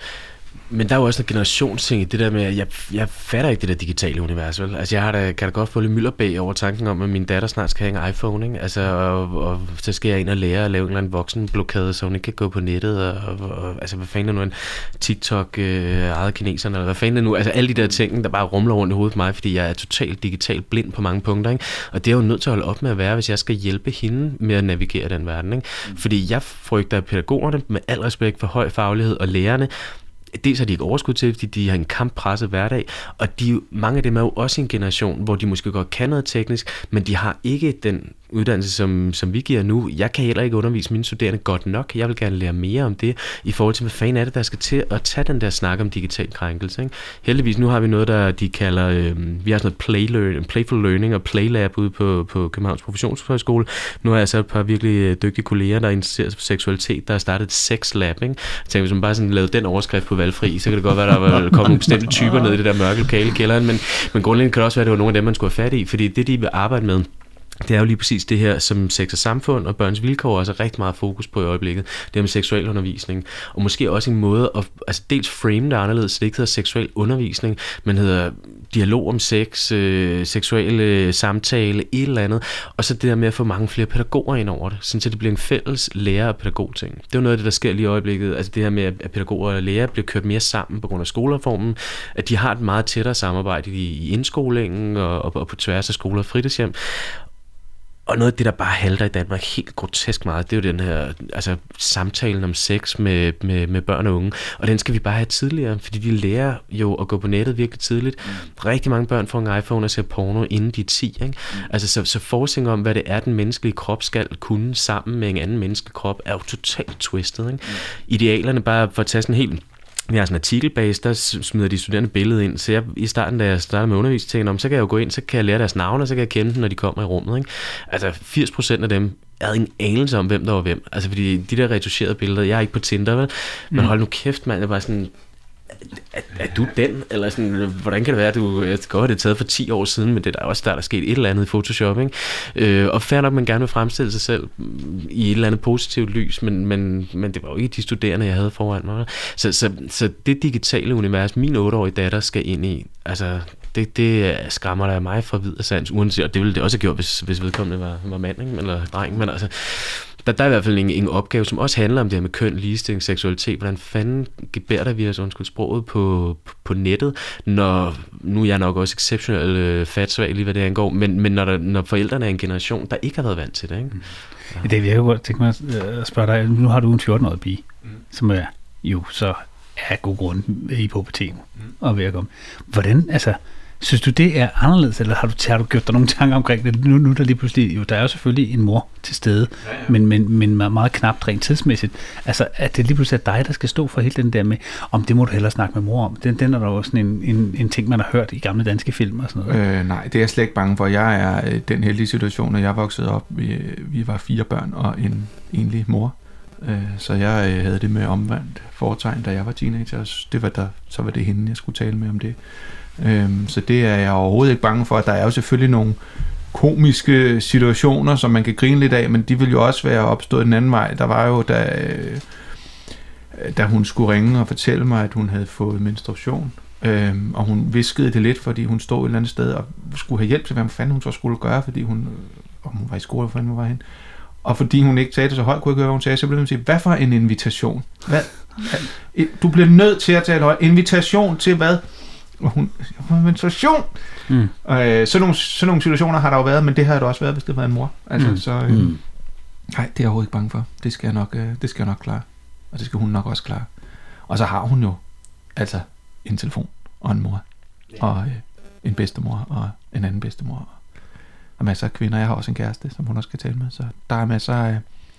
Speaker 4: Men der er jo også en generationsting i det der med, at jeg, jeg fatter ikke det der digitale univers, vel? Altså jeg har da, kan da godt få lidt mylderbæg over tanken om, at min datter snart skal have en iPhone, ikke? Altså, og, og så skal jeg ind og lære at lave en eller anden voksenblokade, så hun ikke kan gå på nettet, og, og, og altså hvad fanden er nu en TikTok øh, ejet kineserne, eller hvad fanden er nu? Altså alle de der ting, der bare rumler rundt i hovedet på mig, fordi jeg er totalt digitalt blind på mange punkter, ikke? Og det er jo nødt til at holde op med at være, hvis jeg skal hjælpe hende med at navigere den verden, ikke? Fordi jeg frygter, at pædagogerne, med al respekt for høj faglighed, og lærerne, dels har de ikke overskud til, fordi de har en kamppresset hverdag, og de, mange af dem er jo også en generation, hvor de måske godt kan noget teknisk, men de har ikke den uddannelse, som, som vi giver nu. Jeg kan heller ikke undervise mine studerende godt nok. Jeg vil gerne lære mere om det, i forhold til, hvad fanden er det, der skal til at tage den der snak om digital krænkelse, ikke? Heldigvis, nu har vi noget, der de kalder, øh, vi har sådan noget play learning, playful learning og playlab ude på, på Københavns Professionshøjskole. Nu har jeg så et par virkelig dygtige kolleger, der interesserer sig for seksualitet, der har startet et sexlab, ikke? Jeg tænker, hvis man bare sådan lavede den overskrift på valgfri, så kan det godt være, der var kommet nogle bestemte typer ned i det der mørke lokale i kælderen, men, men grundlæggende kan det også være, at det var nogle af dem, man skulle have fat i, fordi det, de vil arbejde med, det er jo lige præcis det her, som Sex og Samfund og Børns Vilkår også er rigtig meget fokus på i øjeblikket. Det med seksualundervisning. Og måske også en måde at altså dels frame det anderledes, så det ikke hedder seksuel undervisning, men hedder dialog om sex, øh, seksuelle samtale, et eller andet. Og så det der med at få mange flere pædagoger ind over det, sådan så det bliver en fælles lærer- og pædagogting. Det er jo noget af det, der sker lige i øjeblikket. Altså det her med, at pædagoger og lærer bliver kørt mere sammen på grund af skolereformen. At de har et meget tættere samarbejde i, i indskolingen og, og, og på tværs af skoler og fritidshjem. Og noget af det, der bare halter i Danmark helt grotesk meget, det er jo den her altså, samtalen om sex med, med, med børn og unge. Og den skal vi bare have tidligere, fordi de lærer jo at gå på nettet virkelig tidligt. Mm. Rigtig mange børn får en iPhone og ser porno, inden de er ti. Ikke? Mm. Altså, så, så forskning om, hvad det er, den menneskelige krop skal kunne sammen med en anden menneskelig krop, er jo totalt twistet. Ikke? Mm. Idealerne, bare for at tage sådan helt... Vi har sådan en artikelbase, der smider de studerende billedet ind, så jeg i starten, da jeg startede med undervisning, tænkte om, så kan jeg jo gå ind, så kan jeg lære deres navne, og så kan jeg kende dem, når de kommer i rummet. Ikke? Altså firs procent af dem havde ingen anelse om, hvem der var hvem. Altså fordi de der retuscherede billeder, jeg er ikke på Tinder, vel? Men mm. hold nu kæft, mand, jeg var sådan... Er, er du den? Eller sådan, hvordan kan det være, at du... Jeg godt, det er taget for ti år siden, men det er der også der, der er sket et eller andet i Photoshop, ikke? Øh, og fair nok, man gerne vil fremstille sig selv i et eller andet positivt lys, men, men, men det var jo ikke de studerende, jeg havde foran mig. Så, så, så det digitale univers, min otteårige datter skal ind i, altså... Det, det skræmmer der mig fra vid og sans, uanset, og det ville det også have gjort, hvis, hvis vedkommende var, var mand, ikke? Eller dreng, men altså... Der, der er i hvert fald en, en opgave, som også handler om det her med køn, ligestilling, seksualitet. Hvordan fanden gebærder vi os, undskyld sproget, på, på nettet, når, nu er jeg nok også exceptionelt øh, fatsvag lige hvad det angår, men, men når, der, når forældrene er en generation, der ikke har været vant til det. Ikke? Ja.
Speaker 1: Det vil jeg jo godt tænke mig at spørge dig, nu har du en fjorten-årig pige, mm. som er jo så af god grund i puberteten mm. og ved at komme. Hvordan, altså... Synes du, det er anderledes, eller har du, har du gjort dig nogle tanker omkring det? Nu, nu er der lige pludselig, jo, der er jo selvfølgelig en mor til stede, ja, ja. Men, men, men meget knapt rent tidsmæssigt. Altså, at det lige pludselig er dig, der skal stå for hele den der med, om det må du hellere snakke med mor om. Den, den er der jo sådan en, en, en ting, man har hørt i gamle danske film og sådan noget.
Speaker 2: Øh, nej, det er jeg slet ikke bange for. Jeg er øh, den heldige situation, at jeg voksede op, vi, vi var fire børn og en enlig mor. Øh, så jeg øh, havde det med omvendt foretegn, da jeg var teenager. Det var der, så var det hende, jeg skulle tale med om det. Øhm, så det er jeg overhovedet ikke bange for. Der er jo selvfølgelig nogle komiske situationer, som man kan grine lidt af, men de vil jo også være opstået den anden vej. Der var jo, da, øh, da hun skulle ringe og fortælle mig, at hun havde fået menstruation, øhm, og hun viskede det lidt, fordi hun stod et eller andet sted og skulle have hjælp til, hvad fanden hun så skulle gøre, fordi hun, om hun var i skole, hvor fanden hun var hen. Og fordi hun ikke sagde det så højt, kunne jeg ikke høre, hvad hun sagde, så blev hun sige, hvad for en invitation? Hvad? Du bliver nødt til at tale højt. Invitation til hvad? Og hun, menstruation. Mm. Øh, sådan, nogle, sådan nogle situationer har der jo været, men det har der også været, hvis det var en mor. Altså, mm. så, øh, mm. nej, det er jeg overhovedet ikke bange for. Det skal jeg nok, øh, det skal jeg nok klare. Og det skal hun nok også klare. Og så har hun jo altså en telefon og en mor. Yeah. Og øh, en bedstemor og en anden bedstemor. Og masser af kvinder. Jeg har også en kæreste, som hun også kan tale med. Så der er masser af,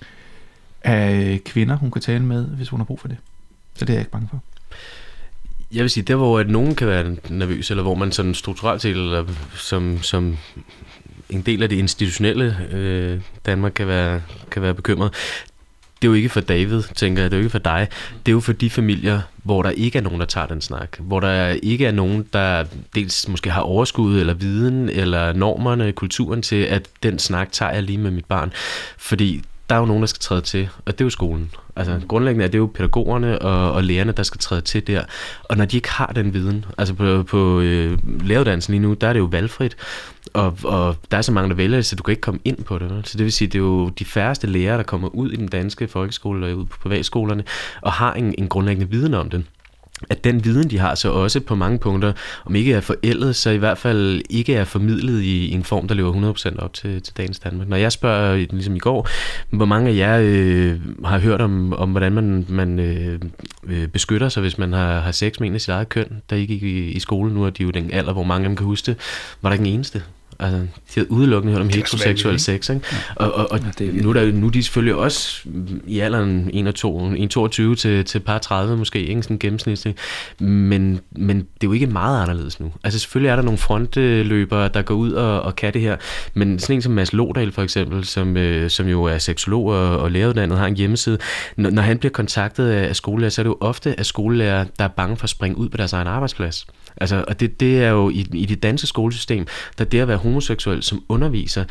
Speaker 2: af kvinder, hun kan tale med, hvis hun har brug for det. Så det er jeg ikke bange for.
Speaker 4: Jeg vil sige, der hvor at nogen kan være nervøs, eller hvor man sådan strukturelt set, eller som, som en del af det institutionelle øh, Danmark kan være, kan være bekymret, det er jo ikke for David, tænker jeg, det er jo ikke for dig. Det er jo for de familier, hvor der ikke er nogen, der tager den snak. Hvor der ikke er nogen, der dels måske har overskud, eller viden, eller normerne, kulturen til, at den snak tager jeg lige med mit barn. Fordi der er jo nogen, der skal træde til, og det er jo skolen. Altså grundlæggende er det jo pædagogerne og, og lærerne, der skal træde til der. Og når de ikke har den viden, altså på, på øh, læreruddannelsen lige nu, der er det jo valgfrit, og, og der er så mange, der vælger det, så du kan ikke komme ind på det. Så det vil sige, det er jo de færreste lærere, der kommer ud i den danske folkeskole og ud på privatskolerne, og har en, en grundlæggende viden om det. At den viden, de har, så også på mange punkter, om ikke er forældet, så i hvert fald ikke er formidlet i, i en form, der lever hundrede procent op til, til dagens Danmark. Når jeg spørger, ligesom i går, hvor mange af jer øh, har hørt om, om hvordan man, man øh, beskytter sig, hvis man har, har sex med en af sit eget køn, der ikke gik i, i skole, nu er de jo den alder, hvor mange af dem kan huske det, var der ikke en eneste. Altså, de havde udelukkende hørt om heteroseksuel sex, ikke? Ja. Og, og, og ja, nu, er der, nu er de selvfølgelig også i alderen en komma toogtyve til, til par tredive måske, ikke sådan gennemsnitligt, men, men det er jo ikke meget anderledes nu. Altså selvfølgelig er der nogle frontløbere, der går ud og, og kan det her, men sådan en som Mads Lodal for eksempel, som, øh, som jo er seksolog og, og læreruddannet, har en hjemmeside, når, når han bliver kontaktet af skolelærer, så er det jo ofte af skolelærer, der er bange for at springe ud på deres egen arbejdsplads. Altså, og det, det er jo i, i det danske skolesystem, der det at være homoseksuel som underviser,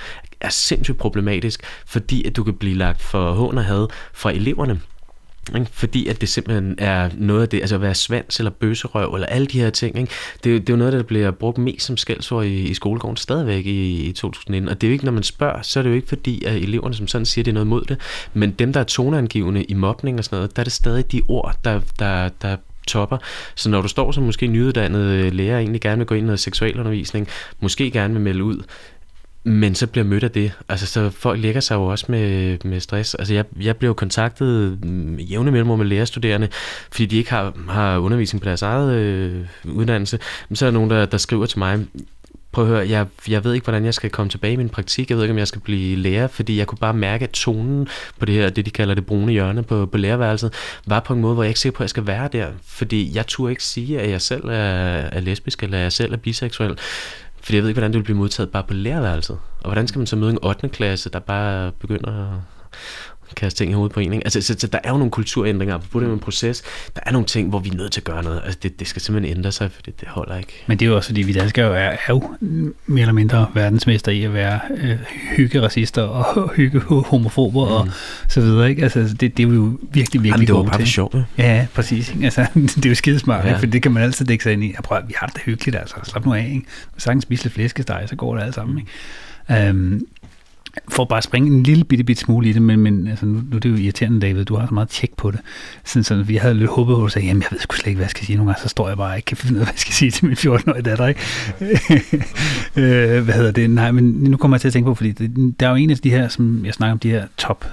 Speaker 4: er sindssygt problematisk, fordi at du kan blive lagt for hån og had fra eleverne. Ikke? Fordi at det simpelthen er noget af det, altså at være svans eller bøsserøv eller alle de her ting, ikke? Det, det er jo noget, der bliver brugt mest som skældsord i, i skolegården stadigvæk i, i to tusind nitten, og det er jo ikke, når man spørger, så er det jo ikke fordi, at eleverne som sådan siger, det er noget mod det, men dem, der er toneangivende i mobning og sådan noget, der er det stadig de ord, der, der, der topper. Så når du står som måske nyuddannet lærer, egentlig gerne vil gå ind i noget seksualundervisning, måske gerne vil melde ud, men så bliver mødt af det. Altså, så folk lægger sig jo også med, med stress. Altså, jeg, jeg blev kontaktet jævne mellemrum med lærerstuderende, fordi de ikke har, har undervisning på deres eget øh, uddannelse. Men så er der nogen, der, der skriver til mig, prøv at høre, jeg, jeg ved ikke, hvordan jeg skal komme tilbage i min praktik. Jeg ved ikke, om jeg skal blive lærer, fordi jeg kunne bare mærke, at tonen på det her, det de kalder det brune hjørne på, på lærerværelset, var på en måde, hvor jeg ikke er sikker på, at jeg skal være der. Fordi jeg turde ikke sige, at jeg selv er, er lesbisk, eller at jeg selv er biseksuel. Fordi jeg ved ikke, hvordan det vil blive modtaget bare på lærerværelset. Og hvordan skal man så møde en ottende klasse, der bare begynder at kaste ting i hovedet på en, ikke? Altså, så, så der er jo nogle kulturændringer, på det med en proces. Der er nogle ting, hvor vi er nødt til at gøre noget. Altså, det, det skal simpelthen ændre sig, for det, det holder ikke.
Speaker 1: Men det er jo også, fordi vi danskere jo er, er jo mere eller mindre verdensmester i at være øh, hyggeracister og hyggehomofober mm. og så videre, ikke? Altså, det, det er jo virkelig, virkelig
Speaker 4: gode til.
Speaker 1: Det er
Speaker 4: bare sjovt, ja.
Speaker 1: Ja, præcis. Ikke? Altså, det er jo skidesmart, ja. For det kan man altid dække sig ind i. Jeg prøver, vi har det da hyggeligt, altså. Slap nu af, ikke? Sagtens spise lidt flæskesteg, så går det alt sammen, ikke? Um, for bare at springe en lille bitte, bitte smule i det, men, men altså, nu, nu er det jo irriterende, David, du har så meget tjek på det. Sådan, så vi havde lidt håbet, at du sagde, jamen jeg ved sgu slet ikke, hvad jeg skal sige. Nogle gange så står jeg bare, jeg ikke kan finde ud af, hvad jeg skal sige til min fjorten-årige datter, ikke? øh, hvad hedder det? Nej, men nu kommer jeg til at tænke på, fordi det, der er jo en af de her, som jeg snakker om, de her top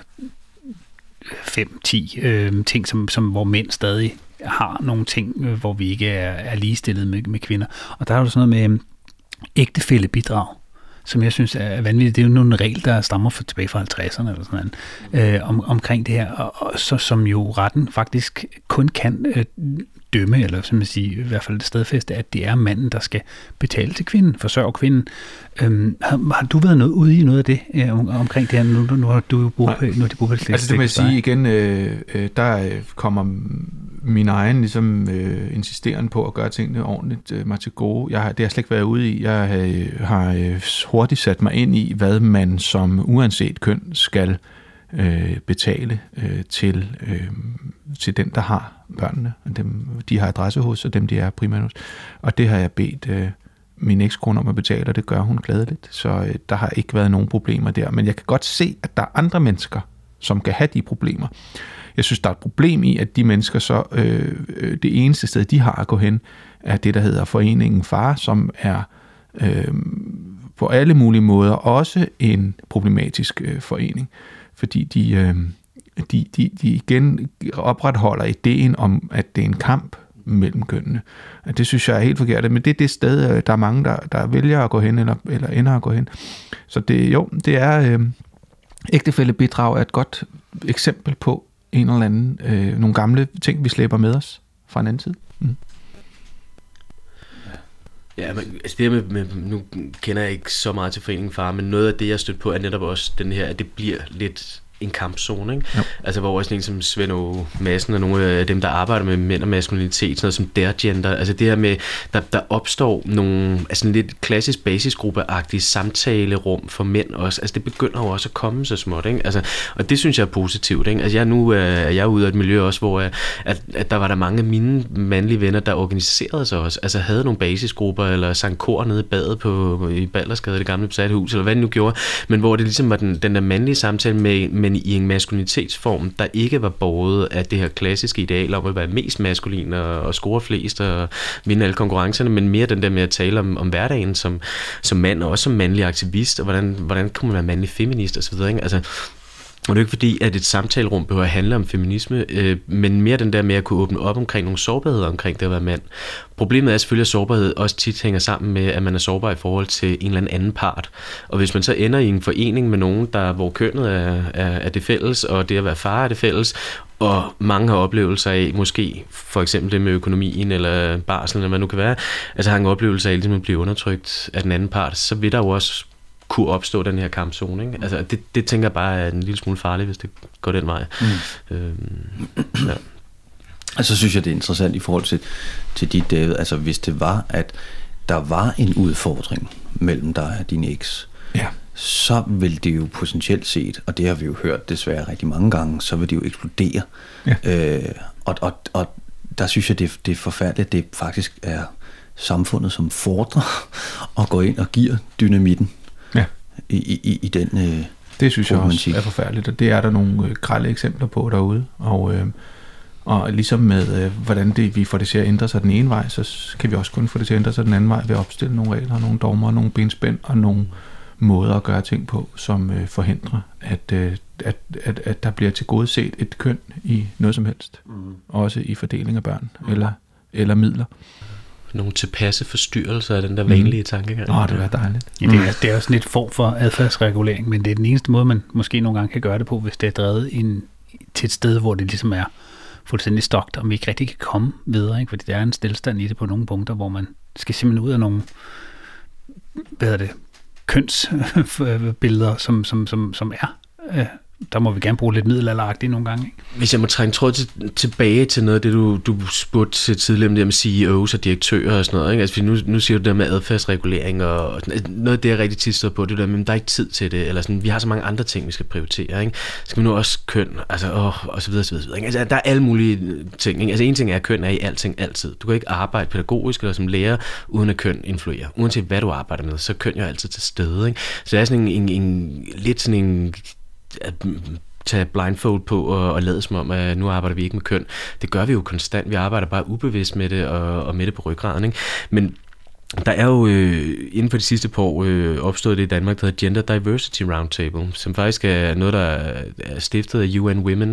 Speaker 1: fem til ti øh, ting, som, som, hvor mænd stadig har nogle ting, øh, hvor vi ikke er, er ligestillet med, med kvinder. Og der er jo sådan noget med øh, ægtefællebidrag, som jeg synes er vanvittigt. Det er jo nogle regler, der stammer for tilbage fra halvtredserne eller sådan noget, øh, om, omkring det her, og, og så, som jo retten faktisk kun kan øh, dømme, eller som man siger, i hvert fald stedfæste, at det er manden, der skal betale til kvinden, forsørge kvinden. Øhm, har, har du været noget ude i noget af det øh, om, omkring det her? Nu, nu har du jo boet på, nu har de boet på det.
Speaker 2: Altså det må jeg sige igen, øh, øh, der kommer min egen ligesom, øh, insisteren på at gøre tingene ordentligt øh, mig til gode. Jeg har, det har jeg slet ikke været ude i. Jeg øh, har øh, hurtigt sat mig ind i, hvad man som uanset køn skal øh, betale øh, til, øh, til den, der har børnene. Dem, de har adresse hos, og dem, de er primært hos. Og det har jeg bedt øh, min ekskone om at betale, og det gør hun gladeligt. Så øh, der har ikke været nogen problemer der. Men jeg kan godt se, at der er andre mennesker, som kan have de problemer. Jeg synes, der er et problem i, at de mennesker så, øh, det eneste sted, de har at gå hen, er det, der hedder Foreningen Far, som er øh, på alle mulige måder også en problematisk øh, forening. Fordi de, øh, de, de, de igen opretholder ideen om, at det er en kamp mellem kønnene. Det synes jeg er helt forkert. Men det er det sted, der er mange, der, der vælger at gå hen, eller, eller ender at gå hen. Så det, jo, det er... Øh, ægtefællebidrag er et godt eksempel på en eller anden, øh, nogle gamle ting, vi slæber med os fra en anden tid. Mm.
Speaker 4: Ja, men altså det her med, med, nu kender jeg ikke så meget til Foreningen Far, men noget af det, jeg stødt på, er netop også den her, at det bliver lidt en kampzone, ikke? Ja. Altså hvor sådan en som Svend Åge Madsen og nogle af dem, der arbejder med mænd og maskulinitet, sådan noget som dergender, altså det her med, der, der opstår nogle, altså en lidt klassisk basisgruppeagtige samtalerum for mænd også, altså det begynder jo også at komme så småt, ikke? Altså, og det synes jeg er positivt, ikke? Altså jeg nu er jeg ude af et miljø også, hvor jeg, at, at der var der mange af mine mandlige venner, der organiserede sig også, altså havde nogle basisgrupper, eller sang kor nede i badet på, i Baldersgade, det gamle besatte hus, eller hvad det nu gjorde, men hvor det ligesom var den, den der mandlige samtale med, med i en maskulinitetsform, der ikke var båret af det her klassiske ideal om at være mest maskulin og, og score flest og vinde alle konkurrencerne, men mere den der med at tale om, om hverdagen som, som mand, og også som mandlig aktivist, og hvordan, hvordan kan man være mandlig feminist og så videre, ikke? Altså, og det er ikke fordi, at et samtalerum behøver at handle om feminisme, øh, men mere den der med at kunne åbne op omkring nogle sårbarheder omkring det at være mand. Problemet er selvfølgelig, at sårbarhed også tit hænger sammen med, at man er sårbar i forhold til en eller anden part. Og hvis man så ender i en forening med nogen, der, hvor kønnet er, er, er det fælles, og det at være far er det fælles, og mange har oplevelser af, måske for eksempel det med økonomien eller barsel, eller hvad nu kan være, altså har en oplevelse af, at man bliver undertrykt af den anden part, så vil der jo også kunne opstå den her kampzone, ikke? Altså det, det tænker jeg bare er en lille smule farligt, hvis det går den vej. Mm. Øhm, ja.
Speaker 3: Altså synes jeg, det er interessant i forhold til, til dit, David, altså hvis det var, at der var en udfordring mellem dig og din eks,
Speaker 2: ja.
Speaker 3: så vil det jo potentielt set, og det har vi jo hørt desværre rigtig mange gange, så vil det jo eksplodere. Ja. Øh, og, og, og der synes jeg, det, det er forfærdeligt, at det faktisk er samfundet, som fordrer og går ind og giver dynamitten
Speaker 2: ja.
Speaker 3: i, i, i den øh,
Speaker 2: det synes jeg også er forfærdeligt, og det er der nogle øh, grelle eksempler på derude, og, øh, og ligesom med, øh, hvordan det, vi får det til at ændre sig den ene vej, så kan vi også kun få det til at ændre sig den anden vej ved at opstille nogle regler, nogle dogmer, nogle benspænd og nogle måder at gøre ting på, som øh, forhindrer, at, øh, at, at, at der bliver tilgodeset et køn i noget som helst, mm. også i fordeling af børn mm. eller, eller midler.
Speaker 4: Nogle tilpasse forstyrrelser af den der vanlige mm. tankegang.
Speaker 2: Åh, det er dejligt.
Speaker 1: Ja, det, er, det er også lidt form for adfærdsregulering, men det er den eneste måde, man måske nogle gange kan gøre det på, hvis det er drevet ind til et sted, hvor det ligesom er fuldstændig stokt, og vi ikke rigtig kan komme videre, ikke? Fordi der er en stillestand i det på nogle punkter, hvor man skal simpelthen ud af nogle, hvad hedder det, kønsbilleder, som, som, som, som er. Øh, der må vi gerne bruge lidt middelalderagtigt nogle gange. Ikke?
Speaker 4: Hvis jeg må trække tråd til, tilbage til noget af det, du, du spurgte til tidligere om det med C E O's og direktører og sådan noget. Ikke? Altså, nu, nu siger du det med adfærdsregulering, og noget af det, jeg rigtig tit står på, det der, men der er ikke tid til det, eller sådan, vi har så mange andre ting, vi skal prioritere. Ikke? Skal vi nu også køn, altså, åh, og så videre, så videre. Ikke? Altså, der er alle mulige ting. Ikke? Altså, en ting er, at køn er i alting altid. Du kan ikke arbejde pædagogisk eller som lærer, uden at køn influerer. Uanset hvad du arbejder med, så er køn jo altid til stede. Ikke? Så det er sådan en, en, en lidt sådan en at tage blindfold på og, og lade som om, at nu arbejder vi ikke med køn. Det gør vi jo konstant. Vi arbejder bare ubevidst med det og, og med det på ryggraden. Ikke? Men der er jo øh, inden for de sidste par år øh, opstået det i Danmark, der hedder Gender Diversity Roundtable, som faktisk er noget, der er stiftet af U N Women,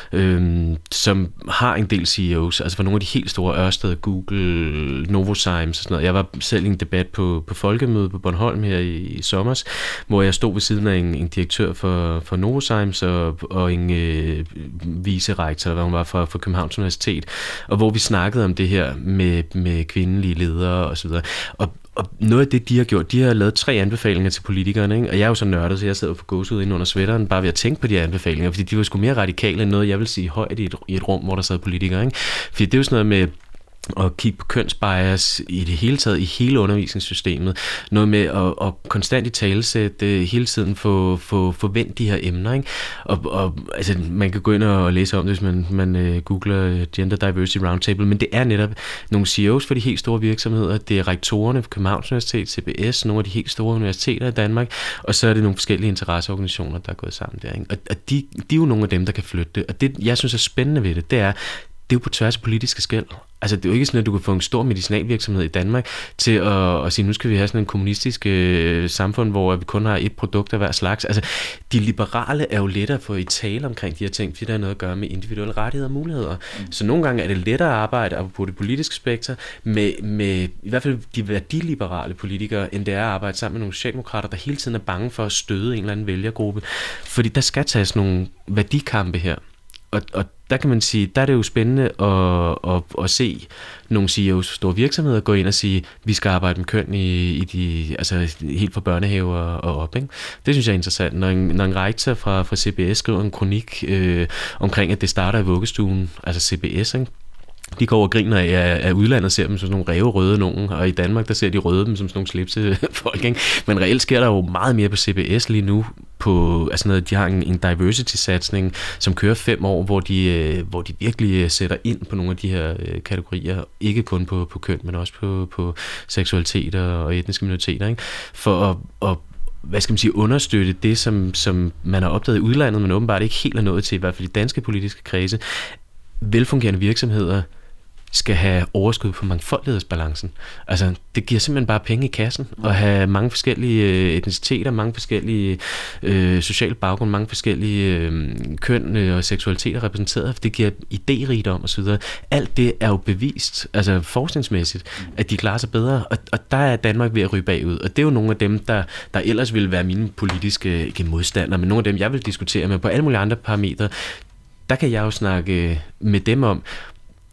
Speaker 4: øh, som har en del C E O's, altså for nogle af de helt store, Ørsted, Google, Novozymes og sådan noget. Jeg var selv i en debat på, på Folkemødet på Bornholm her i, i sommers, hvor jeg stod ved siden af en, en direktør for, for Novozymes og, og en øh, vicerektor, eller hvad hun var, fra, fra Københavns Universitet, og hvor vi snakkede om det her med, med kvindelige ledere og så videre. Og, og noget af det, de har gjort, de har lavet tre anbefalinger til politikerne, ikke? Og jeg er jo så nørdet, så jeg sidder på gåsehud inde under sweateren, bare ved at tænke på de her anbefalinger, fordi de var sgu mere radikale end noget, jeg vil sige højt i et, i et rum, hvor der sad politikere. Ikke? Fordi det er jo sådan noget med og kigge på kønsbias i det hele taget, i hele undervisningssystemet. Noget med at, at konstant i talesætte, hele tiden få, få, få vendt de her emner. Ikke? Og, og altså, man kan gå ind og læse om det, hvis man, man uh, googler Gender Diversity Roundtable, men det er netop nogle C E O's for de helt store virksomheder, det er rektorerne for Københavns Universitet, C B S, nogle af de helt store universiteter i Danmark, og så er det nogle forskellige interesseorganisationer, der er gået sammen der. Ikke? Og, og de, de er jo nogle af dem, der kan flytte det. Og det, jeg synes er spændende ved det, det er, det er jo på tværs af politiske skel. Altså, det er jo ikke sådan, at du kan få en stor medicinalvirksomhed i Danmark til at, at sige, nu skal vi have sådan en kommunistisk øh, samfund, hvor vi kun har et produkt af hver slags. Altså, de liberale er jo lettere at få i tale omkring de her ting, fordi der er noget at gøre med individuelle rettigheder og muligheder. Mm. Så nogle gange er det lettere at arbejde på det politiske spektrum med, med i hvert fald de værdiliberale politikere, end det er at arbejde sammen med nogle socialdemokrater, der hele tiden er bange for at støde en eller anden vælgergruppe. Fordi der skal tages nogle værdikampe her. Og, og der kan man sige, der er det jo spændende at, at, at se nogle C E O's store virksomheder gå ind og sige, vi skal arbejde med køn i, i de, altså helt fra børnehave og, og op. Ikke? Det synes jeg er interessant. Når en, når en rektor fra, fra C B S skriver en kronik øh, omkring, at det starter i vuggestuen, altså C B S, ikke? De går over og griner af, af udlandet, ser dem som sådan nogle ræverøde nogen, og i Danmark, der ser de røde dem som sådan nogle slipse folk. Ikke? Men reelt sker der jo meget mere på C B S lige nu. På, altså noget, de har en, en diversity-satsning, som kører fem år, hvor de, hvor de virkelig sætter ind på nogle af de her kategorier. Ikke kun på, på køn, men også på, på seksualitet og etniske minoriteter. Ikke? For at, at hvad skal man sige, understøtte det, som, som man har opdaget i udlandet, men åbenbart ikke helt er nået til, i hvert fald i danske politiske kredse. Velfungerende virksomheder skal have overskud på mangfoldighedsbalancen. Altså, det giver simpelthen bare penge i kassen, at have mange forskellige etniciteter, mange forskellige øh, sociale baggrund, mange forskellige øh, køn øh, og seksualiteter repræsenteret. Det giver idérigdom og så videre. Alt det er jo bevist, altså forskningsmæssigt, at de klarer sig bedre, og, og der er Danmark ved at ryge bagud. Og det er jo nogle af dem, der, der ellers ville være mine politiske ikke modstandere, men nogle af dem, jeg vil diskutere med på alle mulige andre parametre. Der kan jeg jo snakke med dem om,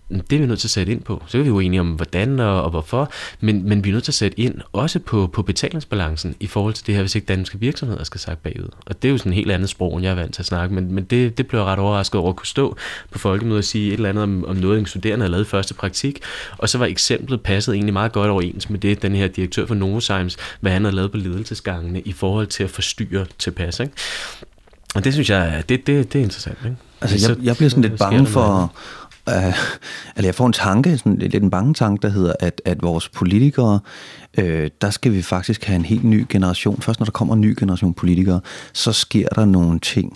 Speaker 4: det er vi nødt til at sætte ind på. Så er vi jo enige om, hvordan og, og hvorfor, men, men vi er nødt til at sætte ind også på, på betalingsbalancen i forhold til det her, hvis ikke danske virksomheder skal sakke bagud. Og det er jo sådan et helt andet sprog, end jeg er vant til at snakke, men, men det, det blev jeg ret overrasket over at kunne stå på folkemødet og sige et eller andet om, om noget, en studerende havde lavet i første praktik, og så var eksemplet passet egentlig meget godt overens med det, den her direktør for Novozymes, hvad han havde lavet på ledelsesgangene i forhold til at forstyrre tilpas, ikke? Og det synes jeg, det, det, det er interessant, ikke?
Speaker 3: Altså, jeg, jeg bliver sådan lidt bange for, uh, eller jeg får en tanke, sådan lidt en bange tanke, der hedder, at, at vores politikere, øh, der skal vi faktisk have en helt ny generation. Først når der kommer en ny generation politikere, så sker der nogle ting,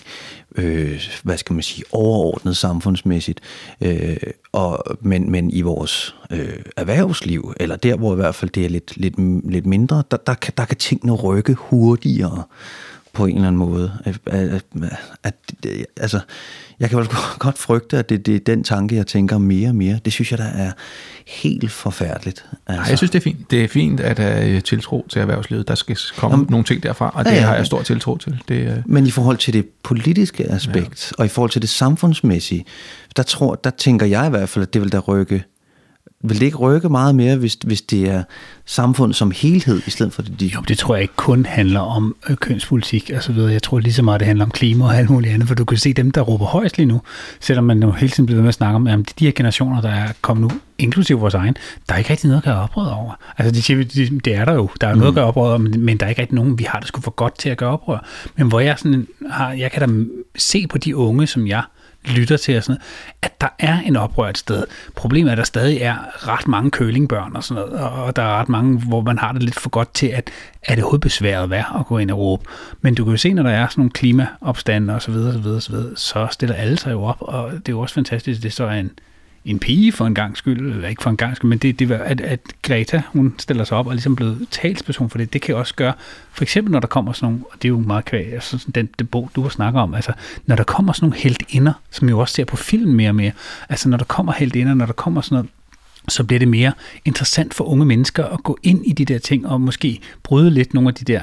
Speaker 3: øh, hvad skal man sige, overordnet samfundsmæssigt, øh, og, men, men i vores øh, erhvervsliv, eller der, hvor i hvert fald det er lidt, lidt, lidt mindre, der, der, kan, der kan tingene rykke hurtigere på en eller anden måde. At, at, at, at, altså, jeg kan vel godt frygte, at det, det er den tanke, jeg tænker mere og mere. Det synes jeg, der er helt forfærdeligt. Altså.
Speaker 2: Nej, jeg synes, det er fint. Det er fint, at der er tiltro til erhvervslivet. Der skal komme Jamen, nogle ting derfra, og det ja, ja. har jeg stor tiltro til. Det,
Speaker 3: Men i forhold til det politiske aspekt, ja. og i forhold til det samfundsmæssige, der, tror, der tænker jeg i hvert fald, at det vil der rykke Vil det ikke rykke meget mere, hvis, hvis det er samfundet som helhed, i stedet for det?
Speaker 1: Jo, det tror jeg ikke kun handler om øh, kønspolitik og så videre. Jeg tror lige så meget, det handler om klima og alt muligt andet, for du kan se dem, der råber højst lige nu, selvom man jo hele tiden bliver med at snakke om, at de her generationer, der er kommet nu, inklusive vores egen, der er ikke rigtig noget at gøre oprør over. Altså, de siger, det, det er der jo. Der er mm. noget at gøre oprør over, men, men der er ikke rigtig nogen, vi har det sgu for godt til at gøre oprør. Men hvor jeg sådan har, jeg kan da se på de unge, som jeg lytter til, og sådan noget, at der er en oprør et sted. Problemet er, at der stadig er ret mange kølingbørn og sådan noget, og der er ret mange, hvor man har det lidt for godt til, at er det overhovedet besværet værd at gå ind og råbe. Men du kan jo se, når der er sådan nogle klimaopstande og så videre, så videre, så videre, så stiller alle sig jo op, og det er jo også fantastisk, at det så er en en pige for en gang skyld, eller ikke for en gang skyld, men det, det at, at Greta, hun stiller sig op og ligesom blevet talsperson for det, det kan også gøre, for eksempel når der kommer sådan nogle, og det er jo meget kvæg, altså den det bog, du har snakket om, altså når der kommer sådan nogle heltinder, som jo også ser på film mere og mere, altså når der kommer heltinder, når der kommer sådan noget, så bliver det mere interessant for unge mennesker at gå ind i de der ting, og måske bryde lidt nogle af de der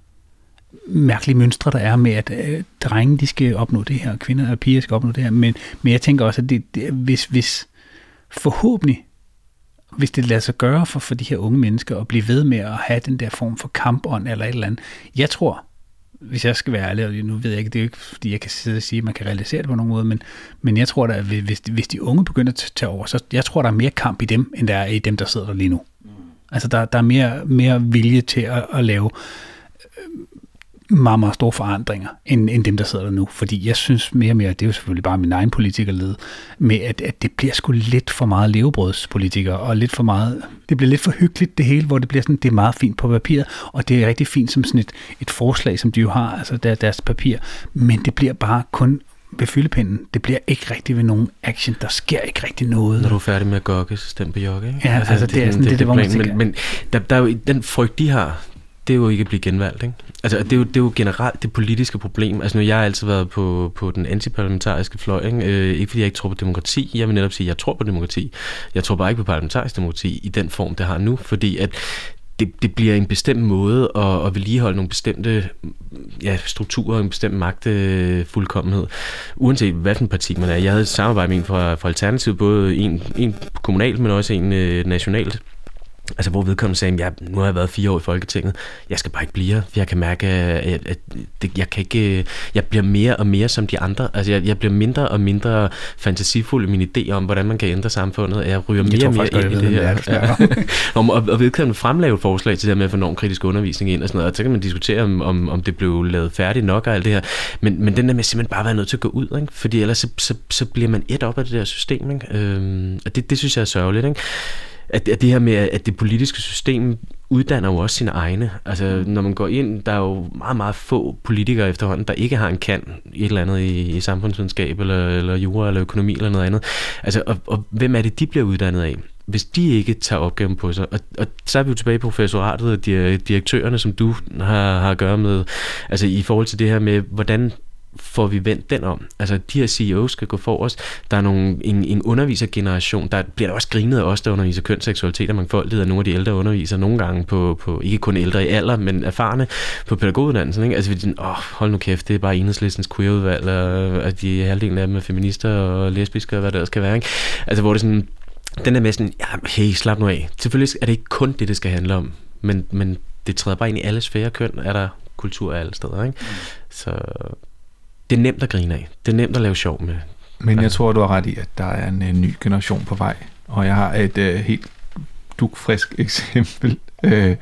Speaker 1: mærkelige mønstre, der er med, at øh, drenge, de skal opnå det her, og kvinder og piger skal opnå det her, men, men jeg tænker også, at det, det, hvis, hvis forhåbentlig, hvis det lader sig gøre for, for de her unge mennesker at blive ved med at have den der form for kampånd eller et eller andet. Jeg tror, hvis jeg skal være ærlig, og nu ved jeg ikke, det er jo ikke, fordi jeg kan sidde og sige, at man kan realisere det på nogen måde, men, men jeg tror, at hvis, hvis de unge begynder at tage over, så jeg tror, der er mere kamp i dem, end der er i dem, der sidder der lige nu. Altså, der, der er mere, mere vilje til at, at lave øh, meget, meget store forandringer, end, end dem, der sidder der nu. Fordi jeg synes mere og mere, det er jo selvfølgelig bare min egen politikerled, med at, at det bliver sgu lidt for meget levebrødspolitikere, og lidt for meget, det bliver lidt for hyggeligt det hele, hvor det bliver sådan, det er meget fint på papiret, og det er rigtig fint som sådan et, et forslag, som de jo har, altså der, deres papir, men det bliver bare kun ved fyldepinden. Det bliver ikke rigtig ved nogen action. Der sker ikke rigtig noget.
Speaker 4: Når du er færdig med at gokke, så stem på jogge, ikke?
Speaker 1: Ja, altså, altså det, det er sådan, det, det, det, det, det, det
Speaker 4: men, men der, der er jo den frygt, de har, det er jo ikke at blive genvalgt, ikke? Altså, det er, jo, det er jo generelt det politiske problem. Altså, nu jeg har altid været på, på den antiparlamentariske fløj, ikke? Øh, ikke fordi jeg ikke tror på demokrati. Jeg vil netop sige, at jeg tror på demokrati. Jeg tror bare ikke på parlamentarisk demokrati i den form, det har nu, fordi at det, det bliver en bestemt måde at, at vedligeholde nogle bestemte ja, strukturer, en bestemt magtfuldkommenhed, uanset hvad for en parti man er. Jeg havde et samarbejde med en fra, fra Alternativet, både en, en kommunalt, men også en øh, nationalt. Altså, hvor vedkommende sagde, at jeg, nu har jeg været fire år i Folketinget, jeg skal bare ikke blive her, for jeg kan mærke, at, at det, jeg kan ikke, jeg bliver mere og mere som de andre. Altså, jeg, jeg bliver mindre og mindre fantasifuld i min idé om, hvordan man kan ændre samfundet, jeg ryger mere og mere ind i det her. Ja. og, og vedkommende fremlave et forslag til det her med at få normkritisk undervisning ind og sådan noget, og så kan man diskutere, om, om, om det blev lavet færdigt nok og alt det her. Men, men den der med simpelthen bare være nødt til at gå ud, ikke? Fordi ellers så, så, så bliver man et op af det der system, ikke? Øhm, og det, det synes jeg er sørgeligt, ikke? At, at det her med, at det politiske system uddanner jo også sine egne. Altså, når man går ind, der er jo meget, meget få politikere efterhånden, der ikke har en kan i et eller andet i, i samfundsvidenskab, eller, eller jura, eller økonomi, eller noget andet. Altså, og, og hvem er det, de bliver uddannet af? Hvis de ikke tager opgaven på sig. Og, og så er vi jo tilbage på professoratet og direktørerne, som du har, har at gøre med, altså i forhold til det her med, hvordan får vi vendt den om. Altså, de her C E O's skal gå forrest. Der er nogle, en, en undervisergeneration, der bliver der også grinet af os, der underviser køn, seksualitet og mangfoldighed, af nogle af de ældre underviser, nogle gange på, på ikke kun ældre i alder, men erfarne på pædagoguddannelsen. Ikke? Altså, vi tænker, åh, hold nu kæft, det er bare Enhedslistens queerudvalg, og at de halvdelen af dem er feminister og lesbiske, og hvad det ellers skal være. Ikke? Altså, hvor det sådan, den er med sådan, ja, hey, slap nu af. Selvfølgelig er det ikke kun det, det skal handle om, men, men det træder bare ind i alle sfære. Køn er der kultur alle steder, ikke? Mm. Så det er nemt at grine af. Det er nemt at lave sjov med.
Speaker 2: Men jeg tror, du har ret i, at der er en, en ny generation på vej. Og jeg har et uh, helt dugfrisk eksempel, øh,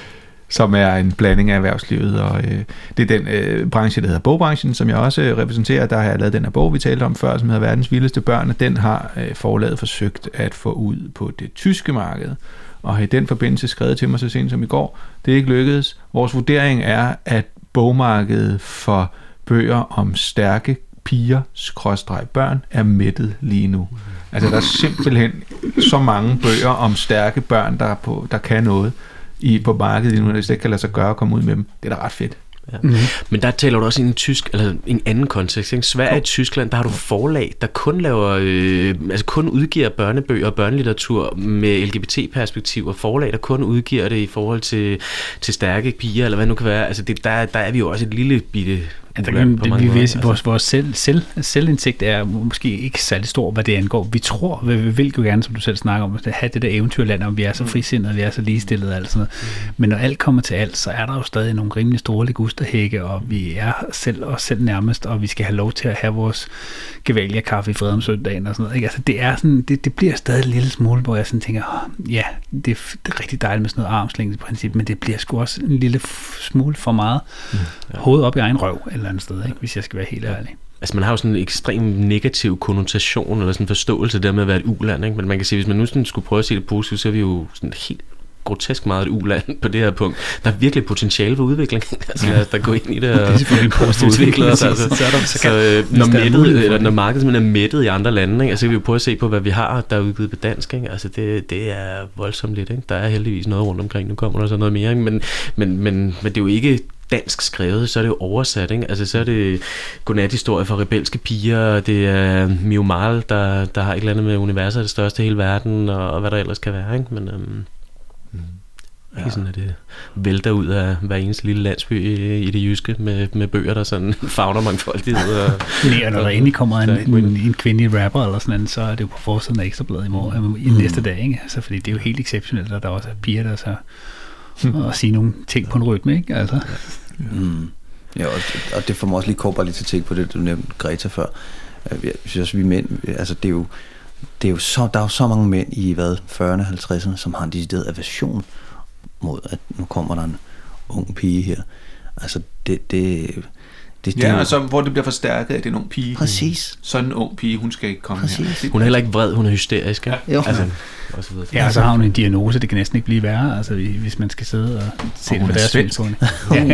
Speaker 2: som er en blanding af erhvervslivet, og øh, det er den øh, branche, der hedder bogbranchen, som jeg også øh, repræsenterer. Der har jeg lavet den her bog, vi talte om før, som hedder Verdens Vildeste Børn, og den har øh, forlaget forsøgt at få ud på det tyske marked, og har i den forbindelse skrevet til mig så sent som i går. Det er ikke lykkedes. Vores vurdering er, at bogmarkedet for bøger om stærke piger, skråstreg børn, er mættet lige nu. Altså, der er simpelthen så mange bøger om stærke børn, der, på, der kan noget i, på markedet lige nu, hvis det ikke kan lade sig gøre at komme ud med dem. Det er da ret fedt.
Speaker 4: Ja. Mm-hmm. Men der taler du også i en tysk, eller en anden kontekst. Ikke? Sverige og Tyskland, der har du forlag, der kun laver, øh, altså kun udgiver børnebøger og børnelitteratur med L G B T-perspektiv, og forlag, der kun udgiver det i forhold til, til stærke piger, eller hvad det nu kan være. Altså, det, der, der er vi jo også et lille bitte...
Speaker 1: Altså, det, vi vil, vores vores selv, selv, selvindsigt er måske ikke særlig stor, hvad det angår. Vi tror, vi, vi vil jo gerne, som du selv snakker om, at have det der eventyrland, om vi er så frisindede, vi er så ligestillede og alt sådan noget. Mm. Men når alt kommer til alt, så er der jo stadig nogle rimelig store ligusterhække, og vi er selv os selv nærmest, og vi skal have lov til at have vores gevallige kaffe i fred om søndagen og sådan noget. Ikke? Altså, det, er sådan, det, det bliver stadig en lille smule, hvor jeg sådan tænker, oh, ja, det er, det er rigtig dejligt med sådan noget armslængdeprincip, men det bliver sgu også en lille smule for meget mm. ja. Hoved op i egen røv, eller andet sted, ikke? Hvis jeg skal være helt ærlig.
Speaker 4: Altså man har jo sådan en ekstrem negativ konnotation, eller sådan en forståelse der med at være et uland, ikke? Men man kan sige, hvis man nu sådan skulle prøve at se det positivt, så er vi jo sådan helt grotesk meget et uland på det her punkt. Der er virkelig potentiale for udvikling. Altså lad os da gå ind i det og,
Speaker 1: det er
Speaker 4: og udvikle os. Altså. Så, så, så øh, når, mættet, eller når markedet er mættet i andre lande, ikke? Altså, så kan vi jo prøve at se på, hvad vi har, der er udgivet på dansk. Ikke? Altså det, det er voldsomt lidt. Ikke? Der er heldigvis noget rundt omkring. Nu kommer der så noget mere. Ikke? Men, men, men, men det er jo ikke dansk skrevet, så er det jo oversat, ikke? Altså så er det godnathistorie for rebelske piger, det er Miu Mal, der, der har et eller andet med universet, det største i hele verden, og, og hvad der ellers kan være, ikke? Men øhm, mm. ja. Ikke sådan, at det vælter ud af hver eneste lille landsby i, i det jyske, med, med bøger, der sådan fagner mangfoldighed. Og,
Speaker 1: ja, og når der endelig kommer en, en, en kvindelig rapper eller sådan noget, så er det jo på forsiden af Ekstrabladet i morgen, mm. i næste dag, ikke? Altså, fordi det er jo helt exceptionelt, at der også er piger, der så og sige nogle ting på en rytme, ikke? Altså.
Speaker 3: Mm. Ja, og, og det får mig også lige kort bare lige til at tænke på det, du nævnte Greta før. Jeg synes også, vi mænd, altså det er jo, det er jo så, der er jo så mange mænd i, hvad, fyrrerne, halvtredserne, som har en decideret aversion mod, at nu kommer der en ung pige her. Altså det, det, det, det
Speaker 2: ja,
Speaker 3: jo...
Speaker 2: og så hvor det bliver forstærket, at det er en ung pige.
Speaker 3: Præcis.
Speaker 2: Sådan en ung pige, hun skal ikke komme
Speaker 3: Præcis.
Speaker 2: her.
Speaker 4: Hun er heller ikke vred, hun er hysterisk. Ja.
Speaker 3: Jo.
Speaker 4: Altså, og så videre.
Speaker 1: Ja, og så har hun en diagnose, det kan næsten ikke blive værre, altså hvis man skal sidde og se og det på deres synspunkt.
Speaker 3: Ja,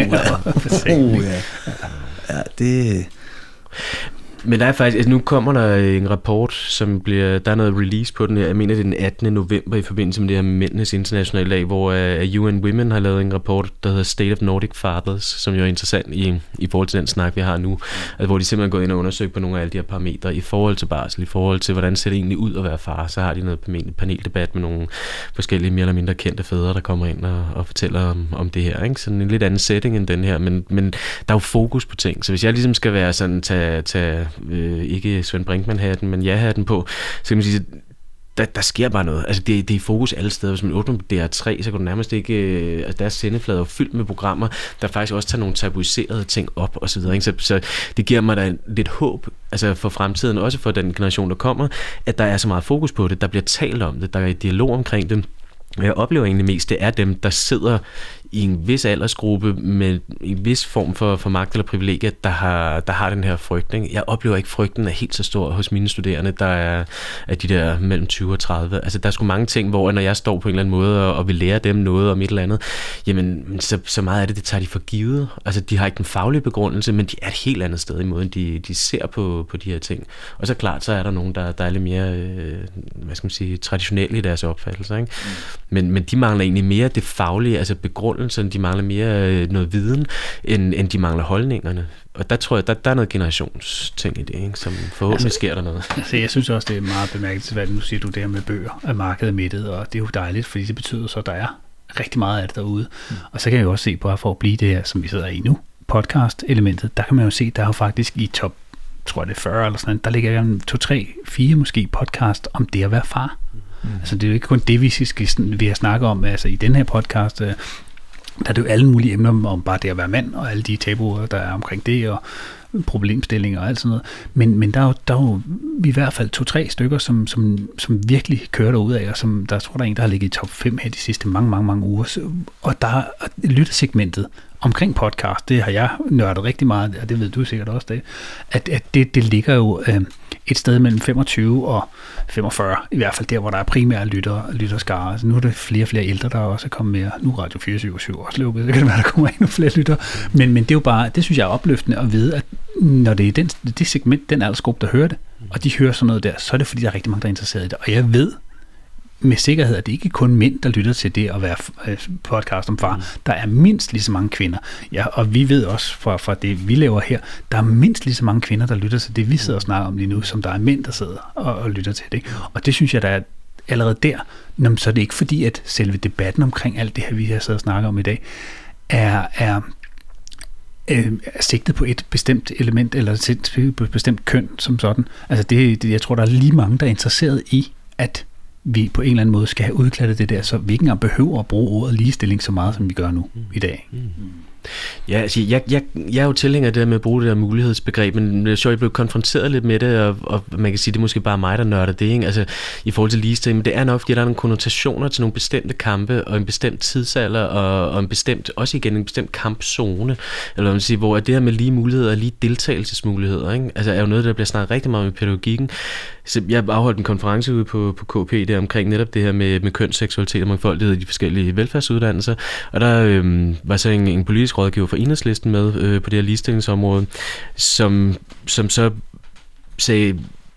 Speaker 3: ja. Ja, det...
Speaker 4: Men der er faktisk, altså nu kommer der en rapport, som bliver, der er noget release på den her, jeg mener det er den attende november i forbindelse med det her Mændenes Internationale Dag, hvor uh, U N Women har lavet en rapport, der hedder State of Nordic Fathers, som jo er interessant i, i forhold til den snak, vi har nu, altså, hvor de simpelthen er gået ind og undersøgt på nogle af alle de her parametre i forhold til barsel, i forhold til, hvordan ser det egentlig ud at være far, så har de noget paneldebat med nogle forskellige mere eller mindre kendte fædre, der kommer ind og, og fortæller om, om det her, ikke? Sådan en lidt anden setting end den her, men, men der er jo fokus på ting, så hvis jeg ligesom skal være sådan, tage, tage Øh, ikke Svend Brinkmann-hatten, men ja-hatten på, så kan man sige, der, der sker bare noget. Altså det, det er i fokus alle steder. Hvis man åbner på D R tre, så kan du nærmest ikke... Øh, altså deres sendeflade er fyldt med programmer, der faktisk også tager nogle tabuiserede ting op og så videre. Ikke? Så, så det giver mig da lidt håb, altså for fremtiden, også for den generation, der kommer, at der er så meget fokus på det, der bliver talt om det, der er dialog omkring det. Jeg oplever egentlig mest, det er dem, der sidder i en vis aldersgruppe med en vis form for, for magt eller privilegier, der har, der har den her frygt. Ikke? Jeg oplever ikke, frygten er helt så stor hos mine studerende, der er, er de der mellem tyve og tredive. Altså der er sgu mange ting, hvor når jeg står på en eller anden måde og, og vil lære dem noget om et eller andet, jamen så, så meget af det, det tager de for givet. Altså de har ikke den faglige begrundelse, men de er et helt andet sted i måden, de, de ser på, på de her ting. Og så klart, så er der nogen, der, der er lidt mere, øh, hvad skal man sige, traditionelle i deres opfattelse. Ikke? Mm. Men, men de mangler egentlig mere det faglige, altså begrundelsen, de mangler mere noget viden, end, end de mangler holdningerne. Og der tror jeg, der, der er noget generationsting i det, ikke? Som forhåbentlig altså, sker der noget.
Speaker 1: Altså jeg synes også, det er meget bemærkelsesværdigt. Nu siger du det her med bøger, at markedet er mættet, og det er jo dejligt, fordi det betyder så, at der er rigtig meget af det derude. Mm. Og så kan jeg jo også se på, at for at blive det her, som vi sidder i nu, podcast-elementet, der kan man jo se, der er jo faktisk i top, tror jeg det er fyrre eller sådan noget, der ligger jo to, tre, fire måske podcast om det at være far. Mm. Mm. Altså det er jo ikke kun det, vi, skal, vi har snakket om altså, i den her podcast. Øh, der er det jo alle mulige emner om bare det at være mand, og alle de tabuer, der er omkring det, og problemstillinger og alt sådan noget. Men, men der er jo, der er jo i hvert fald to-tre stykker, som, som, som virkelig kører derud af, og som der tror der er en, der har ligget i top fem her de sidste mange, mange, mange uger. Og der er lyttersegmentet omkring podcast, det har jeg nørdet rigtig meget, og det ved du sikkert også, det, at, at det, det ligger jo øh, et sted mellem femogtyve og femogfyrre, i hvert fald der, hvor der er primære lytter, lytterskare. Altså nu er der flere og flere ældre, der også er kommet med. Nu er Radio fireogtyve syv også lukket, så kan det være, der kommer endnu flere lytter. Men, men det er jo bare, det synes jeg er opløftende at vide, at når det er den, det segment, den aldersgruppe, der hører det, og de hører sådan noget der, så er det fordi, der er rigtig mange, der er interesseret i det. Og jeg ved med sikkerhed, at det ikke kun mænd, der lytter til det at være podcast om far. Mm. Der er mindst lige så mange kvinder. Ja, og vi ved også fra, fra det, vi laver her, der er mindst lige så mange kvinder, der lytter til det, vi sidder og snakker om lige nu, som der er mænd, der sidder og, og lytter til det. Og det synes jeg, der er allerede der. Nå, så er det ikke fordi, at selve debatten omkring alt det her, vi har siddet og snakket om i dag, er... er er sigtet på et bestemt element, eller på et bestemt køn som sådan. Altså det, det, jeg tror, der er lige mange, der er interesseret i, at vi på en eller anden måde skal have udklattet det der, så vi ikke engang behøver at bruge ordet ligestilling så meget, som vi gør nu mm. i dag. Mm.
Speaker 4: Ja, altså, jeg, jeg, jeg er jo tilhænger af det der med at bruge det der mulighedsbegreb, men jeg tror, jeg blev konfronteret lidt med det, og, og man kan sige, det er måske bare mig, der nørder det, ikke? Altså, i forhold til ligestilling, men det er nok, fordi der er nogle konnotationer til nogle bestemte kampe, og en bestemt tidsalder, og, og en bestemt, også igen en bestemt kampzone, eller man siger, hvor det her med lige muligheder og lige deltagelsesmuligheder, ikke? Altså, er jo noget, der bliver snakket rigtig meget med pædagogikken. Så jeg afholdt en konference ude på, på K P der omkring netop det her med, med kønsseksualitet og mangfoldighed i de forskellige velfærdsuddannelser, og der øhm, var så en, en politisk rådgiver for Enhedslisten med øh, på det her ligestillingsområde, som, som så sagde,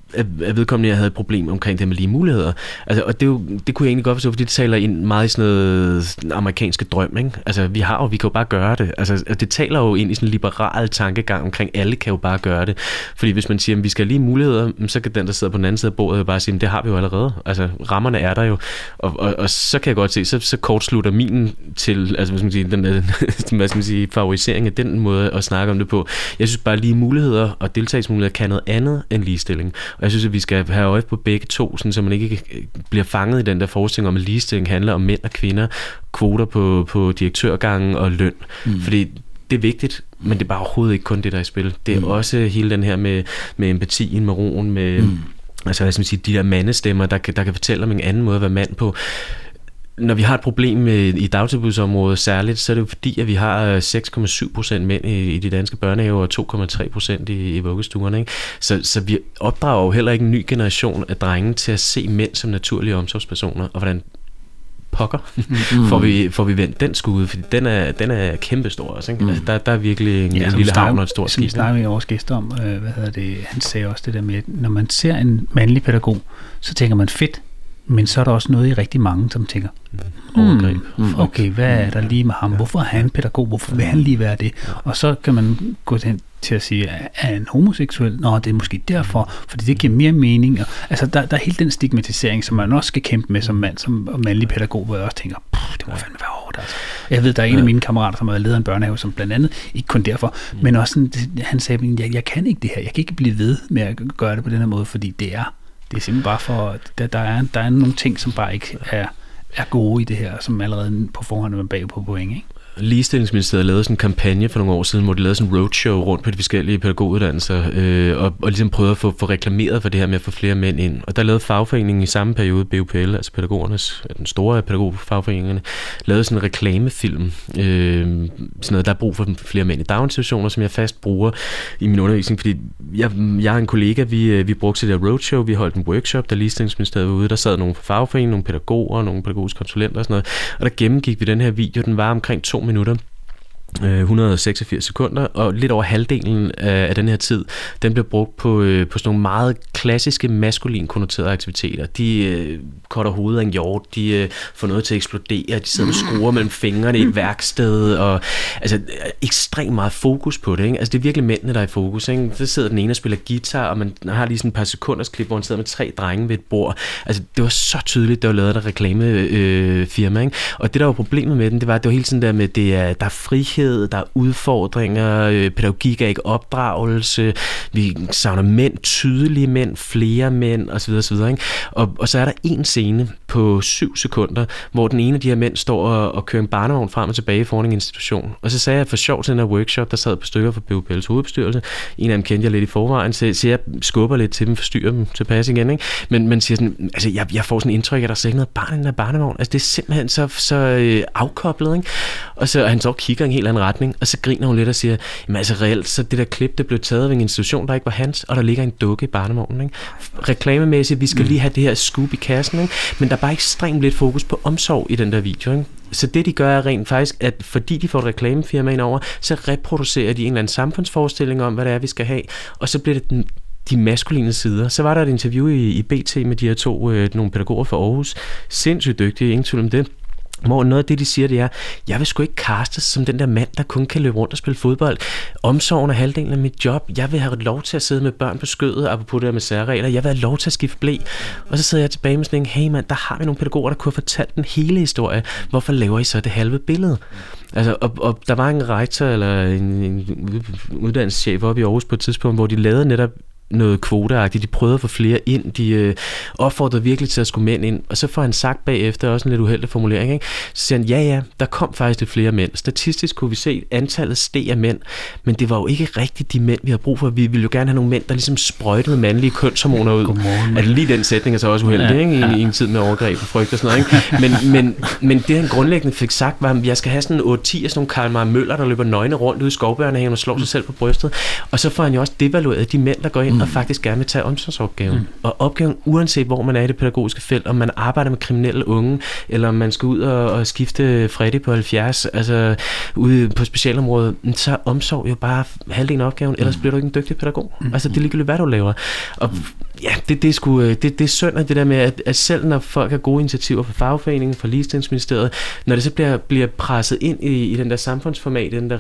Speaker 4: at vedkommende jeg havde et problem omkring det med lige muligheder. Altså, og det, jo, det kunne jeg egentlig godt forstå, fordi det taler ind meget i sådan noget amerikanske drøm, ikke? Altså, vi har jo, vi kan jo bare gøre det. Altså, det taler jo ind i sådan en liberal tankegang omkring, alle kan jo bare gøre det. Fordi hvis man siger, at vi skal have lige muligheder, så kan den, der sidder på den anden side af bordet, jo bare sige, at det har vi jo allerede. Altså, rammerne er der jo. Og, og, og så kan jeg godt se, så, så kortslutter min til, altså, hvad skal man sige, den, hvad skal man sige, favorisering af den måde at snakke om det på. Jeg synes bare, lige muligheder og deltagelsesmuligheder kan noget andet end ligestilling. Og jeg synes, at vi skal have øje på begge to, sådan, så man ikke bliver fanget i den der forestilling om, at ligestilling handler om mænd og kvinder, kvoter på, på direktørgangen og løn. Mm. Fordi det er vigtigt, men det er bare overhovedet ikke kun det, der er i spil. Det er mm. også hele den her med, med empatien, med roen, med mm. altså, hvad skal man sige, de der mandestemmer, der kan, der kan fortælle om en anden måde at være mand på. Når vi har et problem med, i dagtilbudsområdet særligt, så er det jo fordi, at vi har seks komma syv procent mænd i, i de danske børnehaver og to komma tre procent i, i vuggestuerne. Ikke? Så, så vi opdrager jo heller ikke en ny generation af drenge til at se mænd som naturlige omsorgspersoner, og hvordan pokker mm. får, vi, får vi vendt den skude, fordi den er, den er kæmpestor også. Ikke? Mm. Altså, der, der er virkelig en, ja, en lille havn og et stort skib. Som
Speaker 1: snakker vi vores gæster om, øh, hvad hedder det, han sagde også det der med, at når man ser en mandlig pædagog, så tænker man fedt, men så er der også noget i rigtig mange, som tænker,
Speaker 4: overgreb.
Speaker 1: Mm, okay, hvad er der lige med ham? Hvorfor er han pædagog? Hvorfor vil han lige være det? Og så kan man gå hen til at sige, er han homoseksuel? Nå, det er måske derfor, fordi det giver mere mening. Og, altså, der, der er hele den stigmatisering, som man også skal kæmpe med som mand, som mandlig pædagog, hvor jeg også tænker, det må fandme være hårdt. Altså. Jeg ved, der er en af mine kammerater, som har været leder af en børnehave, som blandt andet, ikke kun derfor, mm. men også sådan, han sagde, jeg, jeg kan ikke det her. Jeg kan ikke blive ved med at gøre det på den her måde, fordi det er Det er simpelthen bare for, der, der, er, der er nogle ting, som bare ikke er, er gode i det her, som allerede på forhånd er bag på point, ikke?
Speaker 4: Ligestillingsministeriet lavede sådan en kampagne for nogle år siden, hvor de lavede sådan en roadshow rundt på de forskellige pædagoguddannelser, øh, og, og ligesom prøvede at få, få reklameret for det her med at få flere mænd ind. Og der lavede fagforeningen i samme periode, B U P L, altså pædagogernes, den store pædagogfagforeningerne, lavede sådan en reklamefilm, øh, sådan noget, der er brug for flere mænd i daginstitutioner, som jeg fast bruger i min undervisning, fordi jeg, jeg og en kollega, vi, vi brugte til det der roadshow, vi holdt en workshop, der Ligestillingsministeriet var ude, der sad nogle fra fagforeningen, nogle pædagoger, nogle pædagogiske konsulenter og sådan noget, og der gennemgik vi den her video, den var omkring to minutter, et hundrede og seksogfirs sekunder, og lidt over halvdelen af, af den her tid, den bliver brugt på, øh, på sådan nogle meget klassiske maskulin konnoterede aktiviteter. De øh, cutter hovedet af en hjort, de øh, får noget til at eksplodere, de sidder med skruer mellem fingrene i et værksted, og altså ekstremt meget fokus på det, ikke? Altså det er virkelig mændene, der er i fokus, ikke? Der sidder den ene og spiller guitar, og man har lige sådan et par sekunders klip, hvor han sidder med tre drenge ved et bord. Altså det var så tydeligt, det var lavet af reklamefirma, øh, ikke? Og det der var problemet med den, det var, at det var hele tiden der med, det er, der er frihed, lighed, der er udfordringer, øh, pædagogik er ikke opdragelse, vi savner mænd, tydelige mænd, flere mænd osv. osv. Ikke? Og, og så er der en scene på syv sekunder, hvor den ene af de her mænd står og, og kører en barnevogn frem og tilbage foran en institution. Og så sagde jeg for sjov til den her workshop, der sad på stykker for B U P L's hovedbestyrelse. En af dem kendte jeg lidt i forvejen, så, så jeg skubber lidt til dem, forstyrrer dem tilbage igen. Ikke? Men man siger sådan, altså jeg, jeg får sådan en indtryk, at der er ikke noget barn i den her barnevogn. Altså det er simpelthen så, så øh, afkoblet. Ikke? Og så og han så kigger i en helt anden retning, og så griner hun lidt og siger, jamen altså reelt, så det der klip, det blev taget ved en institution, der ikke var hans, og der ligger en dukke i barnevognen. Ikke? Reklamemæssigt, vi skal lige have det her scoop i kassen, ikke? Men der er bare ekstremt lidt fokus på omsorg i den der video. Ikke? Så det, de gør, er rent faktisk, at fordi de får et reklamefirma ind over, så reproducerer de en eller anden samfundsforestilling om, hvad det er, vi skal have, og så bliver det den, de maskuline sider. Så var der et interview i, i B T med de her to, øh, nogle pædagoger fra Aarhus, sindssygt dygtige, ingen tvivl om det, hvor noget af det, de siger, det er, jeg vil sgu ikke castes som den der mand, der kun kan løbe rundt og spille fodbold. Omsorgen er halvdelen af mit job. Jeg vil have lov til at sidde med børn på skødet, apropos det der med særregler. Jeg vil have lov til at skifte ble. Og så sidder jeg tilbage med sådan en, hey mand, der har vi nogle pædagoger, der kunne have fortalt den hele historie. Hvorfor laver I så det halve billede? Altså, og, og der var en rektor eller en, en uddannelseschef oppe i Aarhus på et tidspunkt, hvor de lavede netop noget kvoteagtigt. De prøvede at få flere ind. De øh, opfordrede virkelig til at skulle mænd ind. Og så får han sagt bagefter, også en lidt uheldig formulering, ikke? Så siger han, ja ja, der kom faktisk lidt flere mænd. Statistisk kunne vi se, at antallet steg af mænd, men det var jo ikke rigtigt de mænd, vi har brug for. Vi ville jo gerne have nogle mænd, der ligesom sprøjtede mandlige kønshormoner ud. Godmorgen, altså lige den sætning er så også uheldig, ja, ikke? I, ja. I en tid med overgreb og frygt og sådan noget, ikke? Men, men, men det han grundlæggende fik sagt, var, at jeg skal have sådan otte ti af sådan nogle Karl Marr Møller, der løber nøgne rundt ude i skovbørnehaven og slår sig selv på brystet. Og så får han jo også devalueret de mænd, der går ind og faktisk gerne vil tage omsorgsopgaven. Mm. Og opgaven, uanset hvor man er i det pædagogiske felt, om man arbejder med kriminelle unge, eller om man skal ud og, og skifte Freddy på halvfjerds, altså ude på specialområdet, så er omsorg jo bare halvdelen af opgaven, ellers bliver du ikke en dygtig pædagog. Mm. Altså det er ligegyldigt, hvad du laver. Og ja, det, det, er, sgu, det, det er synd, at det der med, at, at selv når folk har gode initiativer fra fagforeningen, fra Ligestillingsministeriet, når det så bliver, bliver presset ind i, i den der samfundsformat, i den der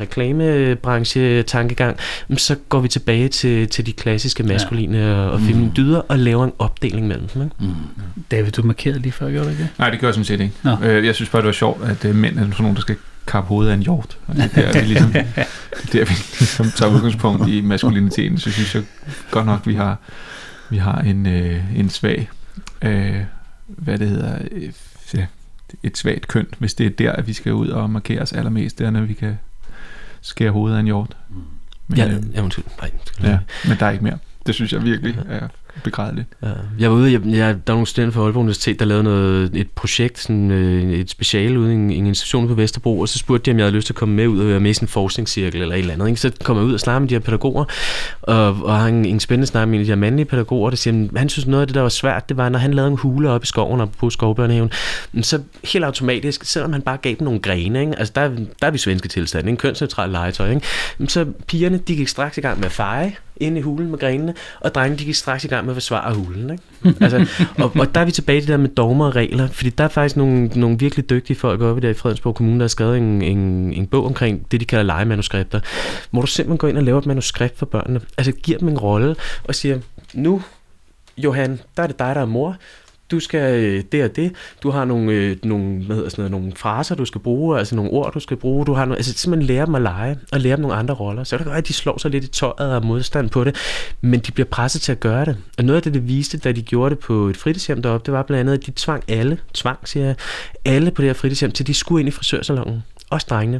Speaker 4: reklamebranche-tankegang, så går vi tilbage til, til de klassiske maskuline ja. og feminine dyder og laver en opdeling mellem dem. Ikke? Mm.
Speaker 1: David, du markerede lige før, gjorde du ikke?
Speaker 2: Nej, det gør jeg sådan set ikke. Nå. Jeg synes bare, det var sjovt, at mænd er sådan nogen, der skal kappe hovedet af en hjort. Og det er der, vi ligesom, der, vi ligesom tager udgangspunkt i maskuliniteten. Så synes jeg godt nok, vi har, vi har en, øh, en svag, øh, hvad det hedder, øh, ja, et svagt køn, hvis det er der, at vi skal ud og markere os allermest, der når vi kan skære hovedet af en hjort. Men,
Speaker 4: ja,
Speaker 2: øh,
Speaker 4: ja, undskyld. Nej,
Speaker 2: ja, men der er ikke mere. Det synes jeg virkelig er begrædeligt.
Speaker 4: Ja. Jeg var ude, jeg, jeg, der var nogle studerende fra Aalborg Universitet, der lavede noget, et projekt, sådan, øh, et speciale ude i en, en institution på Vesterbro, og så spurgte de, om jeg havde lyst til at komme med ud og være med i sådan en forskningscirkel eller et eller andet. Ikke? Så kom jeg ud og snakke med de her pædagoger, og, og har en, en spændende snak med de her mandlige pædagoger, der siger, han synes noget af det, der var svært, det var, når han lavede en hule op i skoven og på skovbørnehaven, så helt automatisk, selvom han bare gav dem nogle grene, ikke? Altså der, der er vi svenske tilstand, en kønsneutral legetøj, ikke? Så pigerne, de gik straks i gang med at feje ind i hulen med grenene, og drengene, de gik straks i gang med at forsvare hulen. Ikke? Altså, og, og der er vi tilbage til det der med dogmer og regler, fordi der er faktisk nogle, nogle virkelig dygtige folk oppe der i Fredensborg Kommune, der har skrevet en, en, en bog omkring det, de kalder legemanuskripter, hvor du simpelthen går ind og laver et manuskript for børnene, altså giver dem en rolle og siger, nu, Johan, der er det dig, der er mor, du skal øh, det og det, du har nogle, øh, nogle, hvad hedder sådan noget, nogle fraser, du skal bruge, altså nogle ord, du skal bruge, du har nogle, altså simpelthen lære dem at lege, og lære dem nogle andre roller, så er det godt, at de slår sig lidt i tøjet og har modstand på det, men de bliver presset til at gøre det, og noget af det, det viste, da de gjorde det på et fritidshjem deroppe, det var blandt andet, at de tvang alle, tvang siger jeg, alle på det her fritidshjem, til de skulle ind i frisørsalongen, også drengene,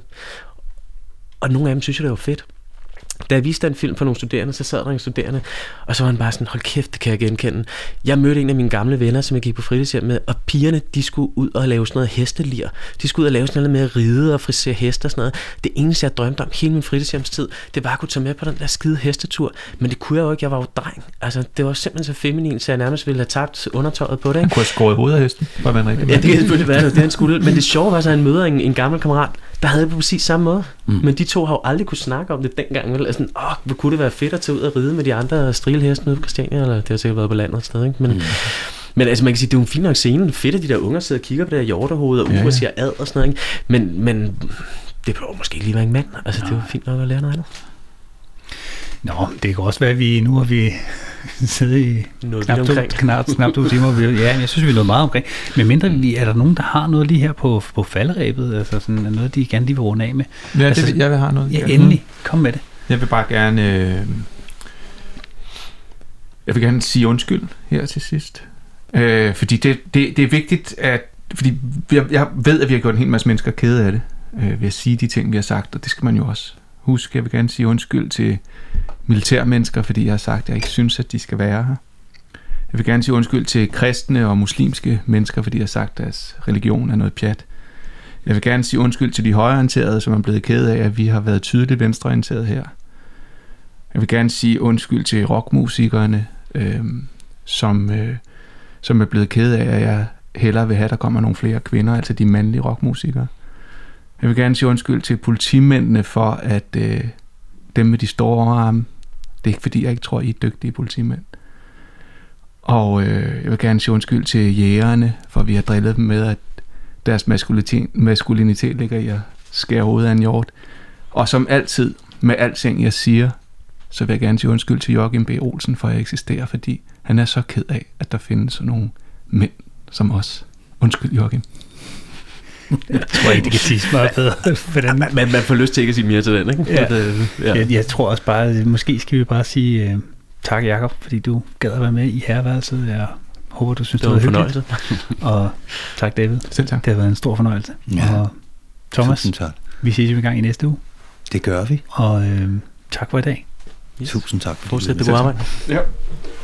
Speaker 4: og nogle af dem synes jo, det var fedt. Da jeg viste den film for nogle studerende, så sad der en studerende, og så var han bare sådan, hold kæft, det kan jeg genkende. Jeg mødte en af mine gamle venner, som jeg gik på fritidshjem med, og pigerne, de skulle ud og lave sådan noget hestelir. De skulle ud og lave sådan noget med at ride og frisere heste og sådan noget. Det eneste, jeg drømte om hele min fritidshjemstid, det var at kunne tage med på den der skide hestetur. Men det kunne jeg jo ikke, jeg var jo dreng. Altså, det var simpelthen så feminin, så jeg nærmest ville have tabt undertøjet på det. Ikke?
Speaker 2: Han kunne have skåret hovedet af hesten, var man rigtig.
Speaker 4: Ja, det kan selvfølgelig være, det han skulle. Men det sjove var så, at han møder en, en gammel kammerat, der havde det på præcis samme måde. Mm. Men de to har jo aldrig kunne snakke om det dengang. Altså, åh, hvor kunne det være fedt at tage ud og ride med de andre strilheste ude på Christiania, eller det har sikkert været på landet et sted, ikke? Men, mm. men altså, man kan sige, det er jo en fin nok scene. Fedt, at de der unger sidder og kigger på det her hjortehoved, og uger ja, ja. siger ad og sådan noget, ikke? Men, men det behøver måske ikke lige være en mand. Altså, ja. Det er jo fint nok at lære noget andet.
Speaker 1: Nå, det kan også være, at vi nu har vi sidde i
Speaker 4: Noget
Speaker 1: knap to,
Speaker 4: omkring.
Speaker 1: knap, knap to timer. Vi- Ja, jeg synes, vi er noget meget omkring. Men mindre vi, er der nogen, der har noget lige her på, på falderæbet? Altså sådan noget, de gerne lige vil runde af med?
Speaker 2: Ja,
Speaker 1: Altså,
Speaker 2: det, jeg vil have noget.
Speaker 1: Ja, endelig. Kom med det.
Speaker 2: Jeg vil bare gerne... Øh, jeg vil gerne sige undskyld her til sidst. Øh, fordi det, det, det er vigtigt, at... Fordi jeg, jeg ved, at vi har gjort en hel masse mennesker kede af det, øh, ved at sige de ting, vi har sagt, og det skal man jo også huske. Jeg vil gerne sige undskyld til militærmennesker, fordi jeg har sagt, at jeg ikke synes, at de skal være her. Jeg vil gerne sige undskyld til kristne og muslimske mennesker, fordi jeg har sagt, at deres religion er noget pjat. Jeg vil gerne sige undskyld til de højreorienterede, som er blevet kede af, at vi har været tydeligt venstreorienteret her. Jeg vil gerne sige undskyld til rockmusikerne, øh, som, øh, som er blevet kede af, at jeg hellere vil have, at der kommer nogle flere kvinder, altså de mandlige rockmusikere. Jeg vil gerne sige undskyld til politimændene for, at øh, dem med de store overarme, det er ikke fordi, jeg ikke tror, I er dygtige politimænd. Og øh, jeg vil gerne sige undskyld til jægerne, for vi har drillet dem med, at deres maskulinitet, maskulinitet ligger i at skære hovedet af en hjort. Og som altid, med alting jeg siger, så vil jeg gerne sige undskyld til Joachim B. Olsen, for at jeg eksisterer, fordi han er så ked af, at der findes sådan nogle mænd som os. Undskyld, Joachim.
Speaker 1: Jeg tror ikke, det kan siges meget bedre. For den.
Speaker 4: Man, man får lyst til ikke at sige mere til den, ikke?
Speaker 1: Ja.
Speaker 4: Det, ja.
Speaker 1: Jeg, jeg tror også bare, måske skal vi bare sige uh, tak, Jakob, fordi du gad at være med i herværelset. Jeg håber, du synes,
Speaker 4: Det var en
Speaker 1: det var
Speaker 4: fornøjelse.
Speaker 1: Og tak, David.
Speaker 2: Selv tak.
Speaker 1: Det har været en stor fornøjelse.
Speaker 3: Ja.
Speaker 1: Og Thomas,
Speaker 3: Tusind tak.
Speaker 1: vi ses jo i gang i næste uge.
Speaker 3: Det gør vi.
Speaker 1: Og øh, tak for i dag.
Speaker 4: Yes.
Speaker 3: Tusind tak. fordi
Speaker 4: Fortsæt
Speaker 3: du
Speaker 4: det
Speaker 3: ville.
Speaker 4: gode arbejde.
Speaker 2: Ja.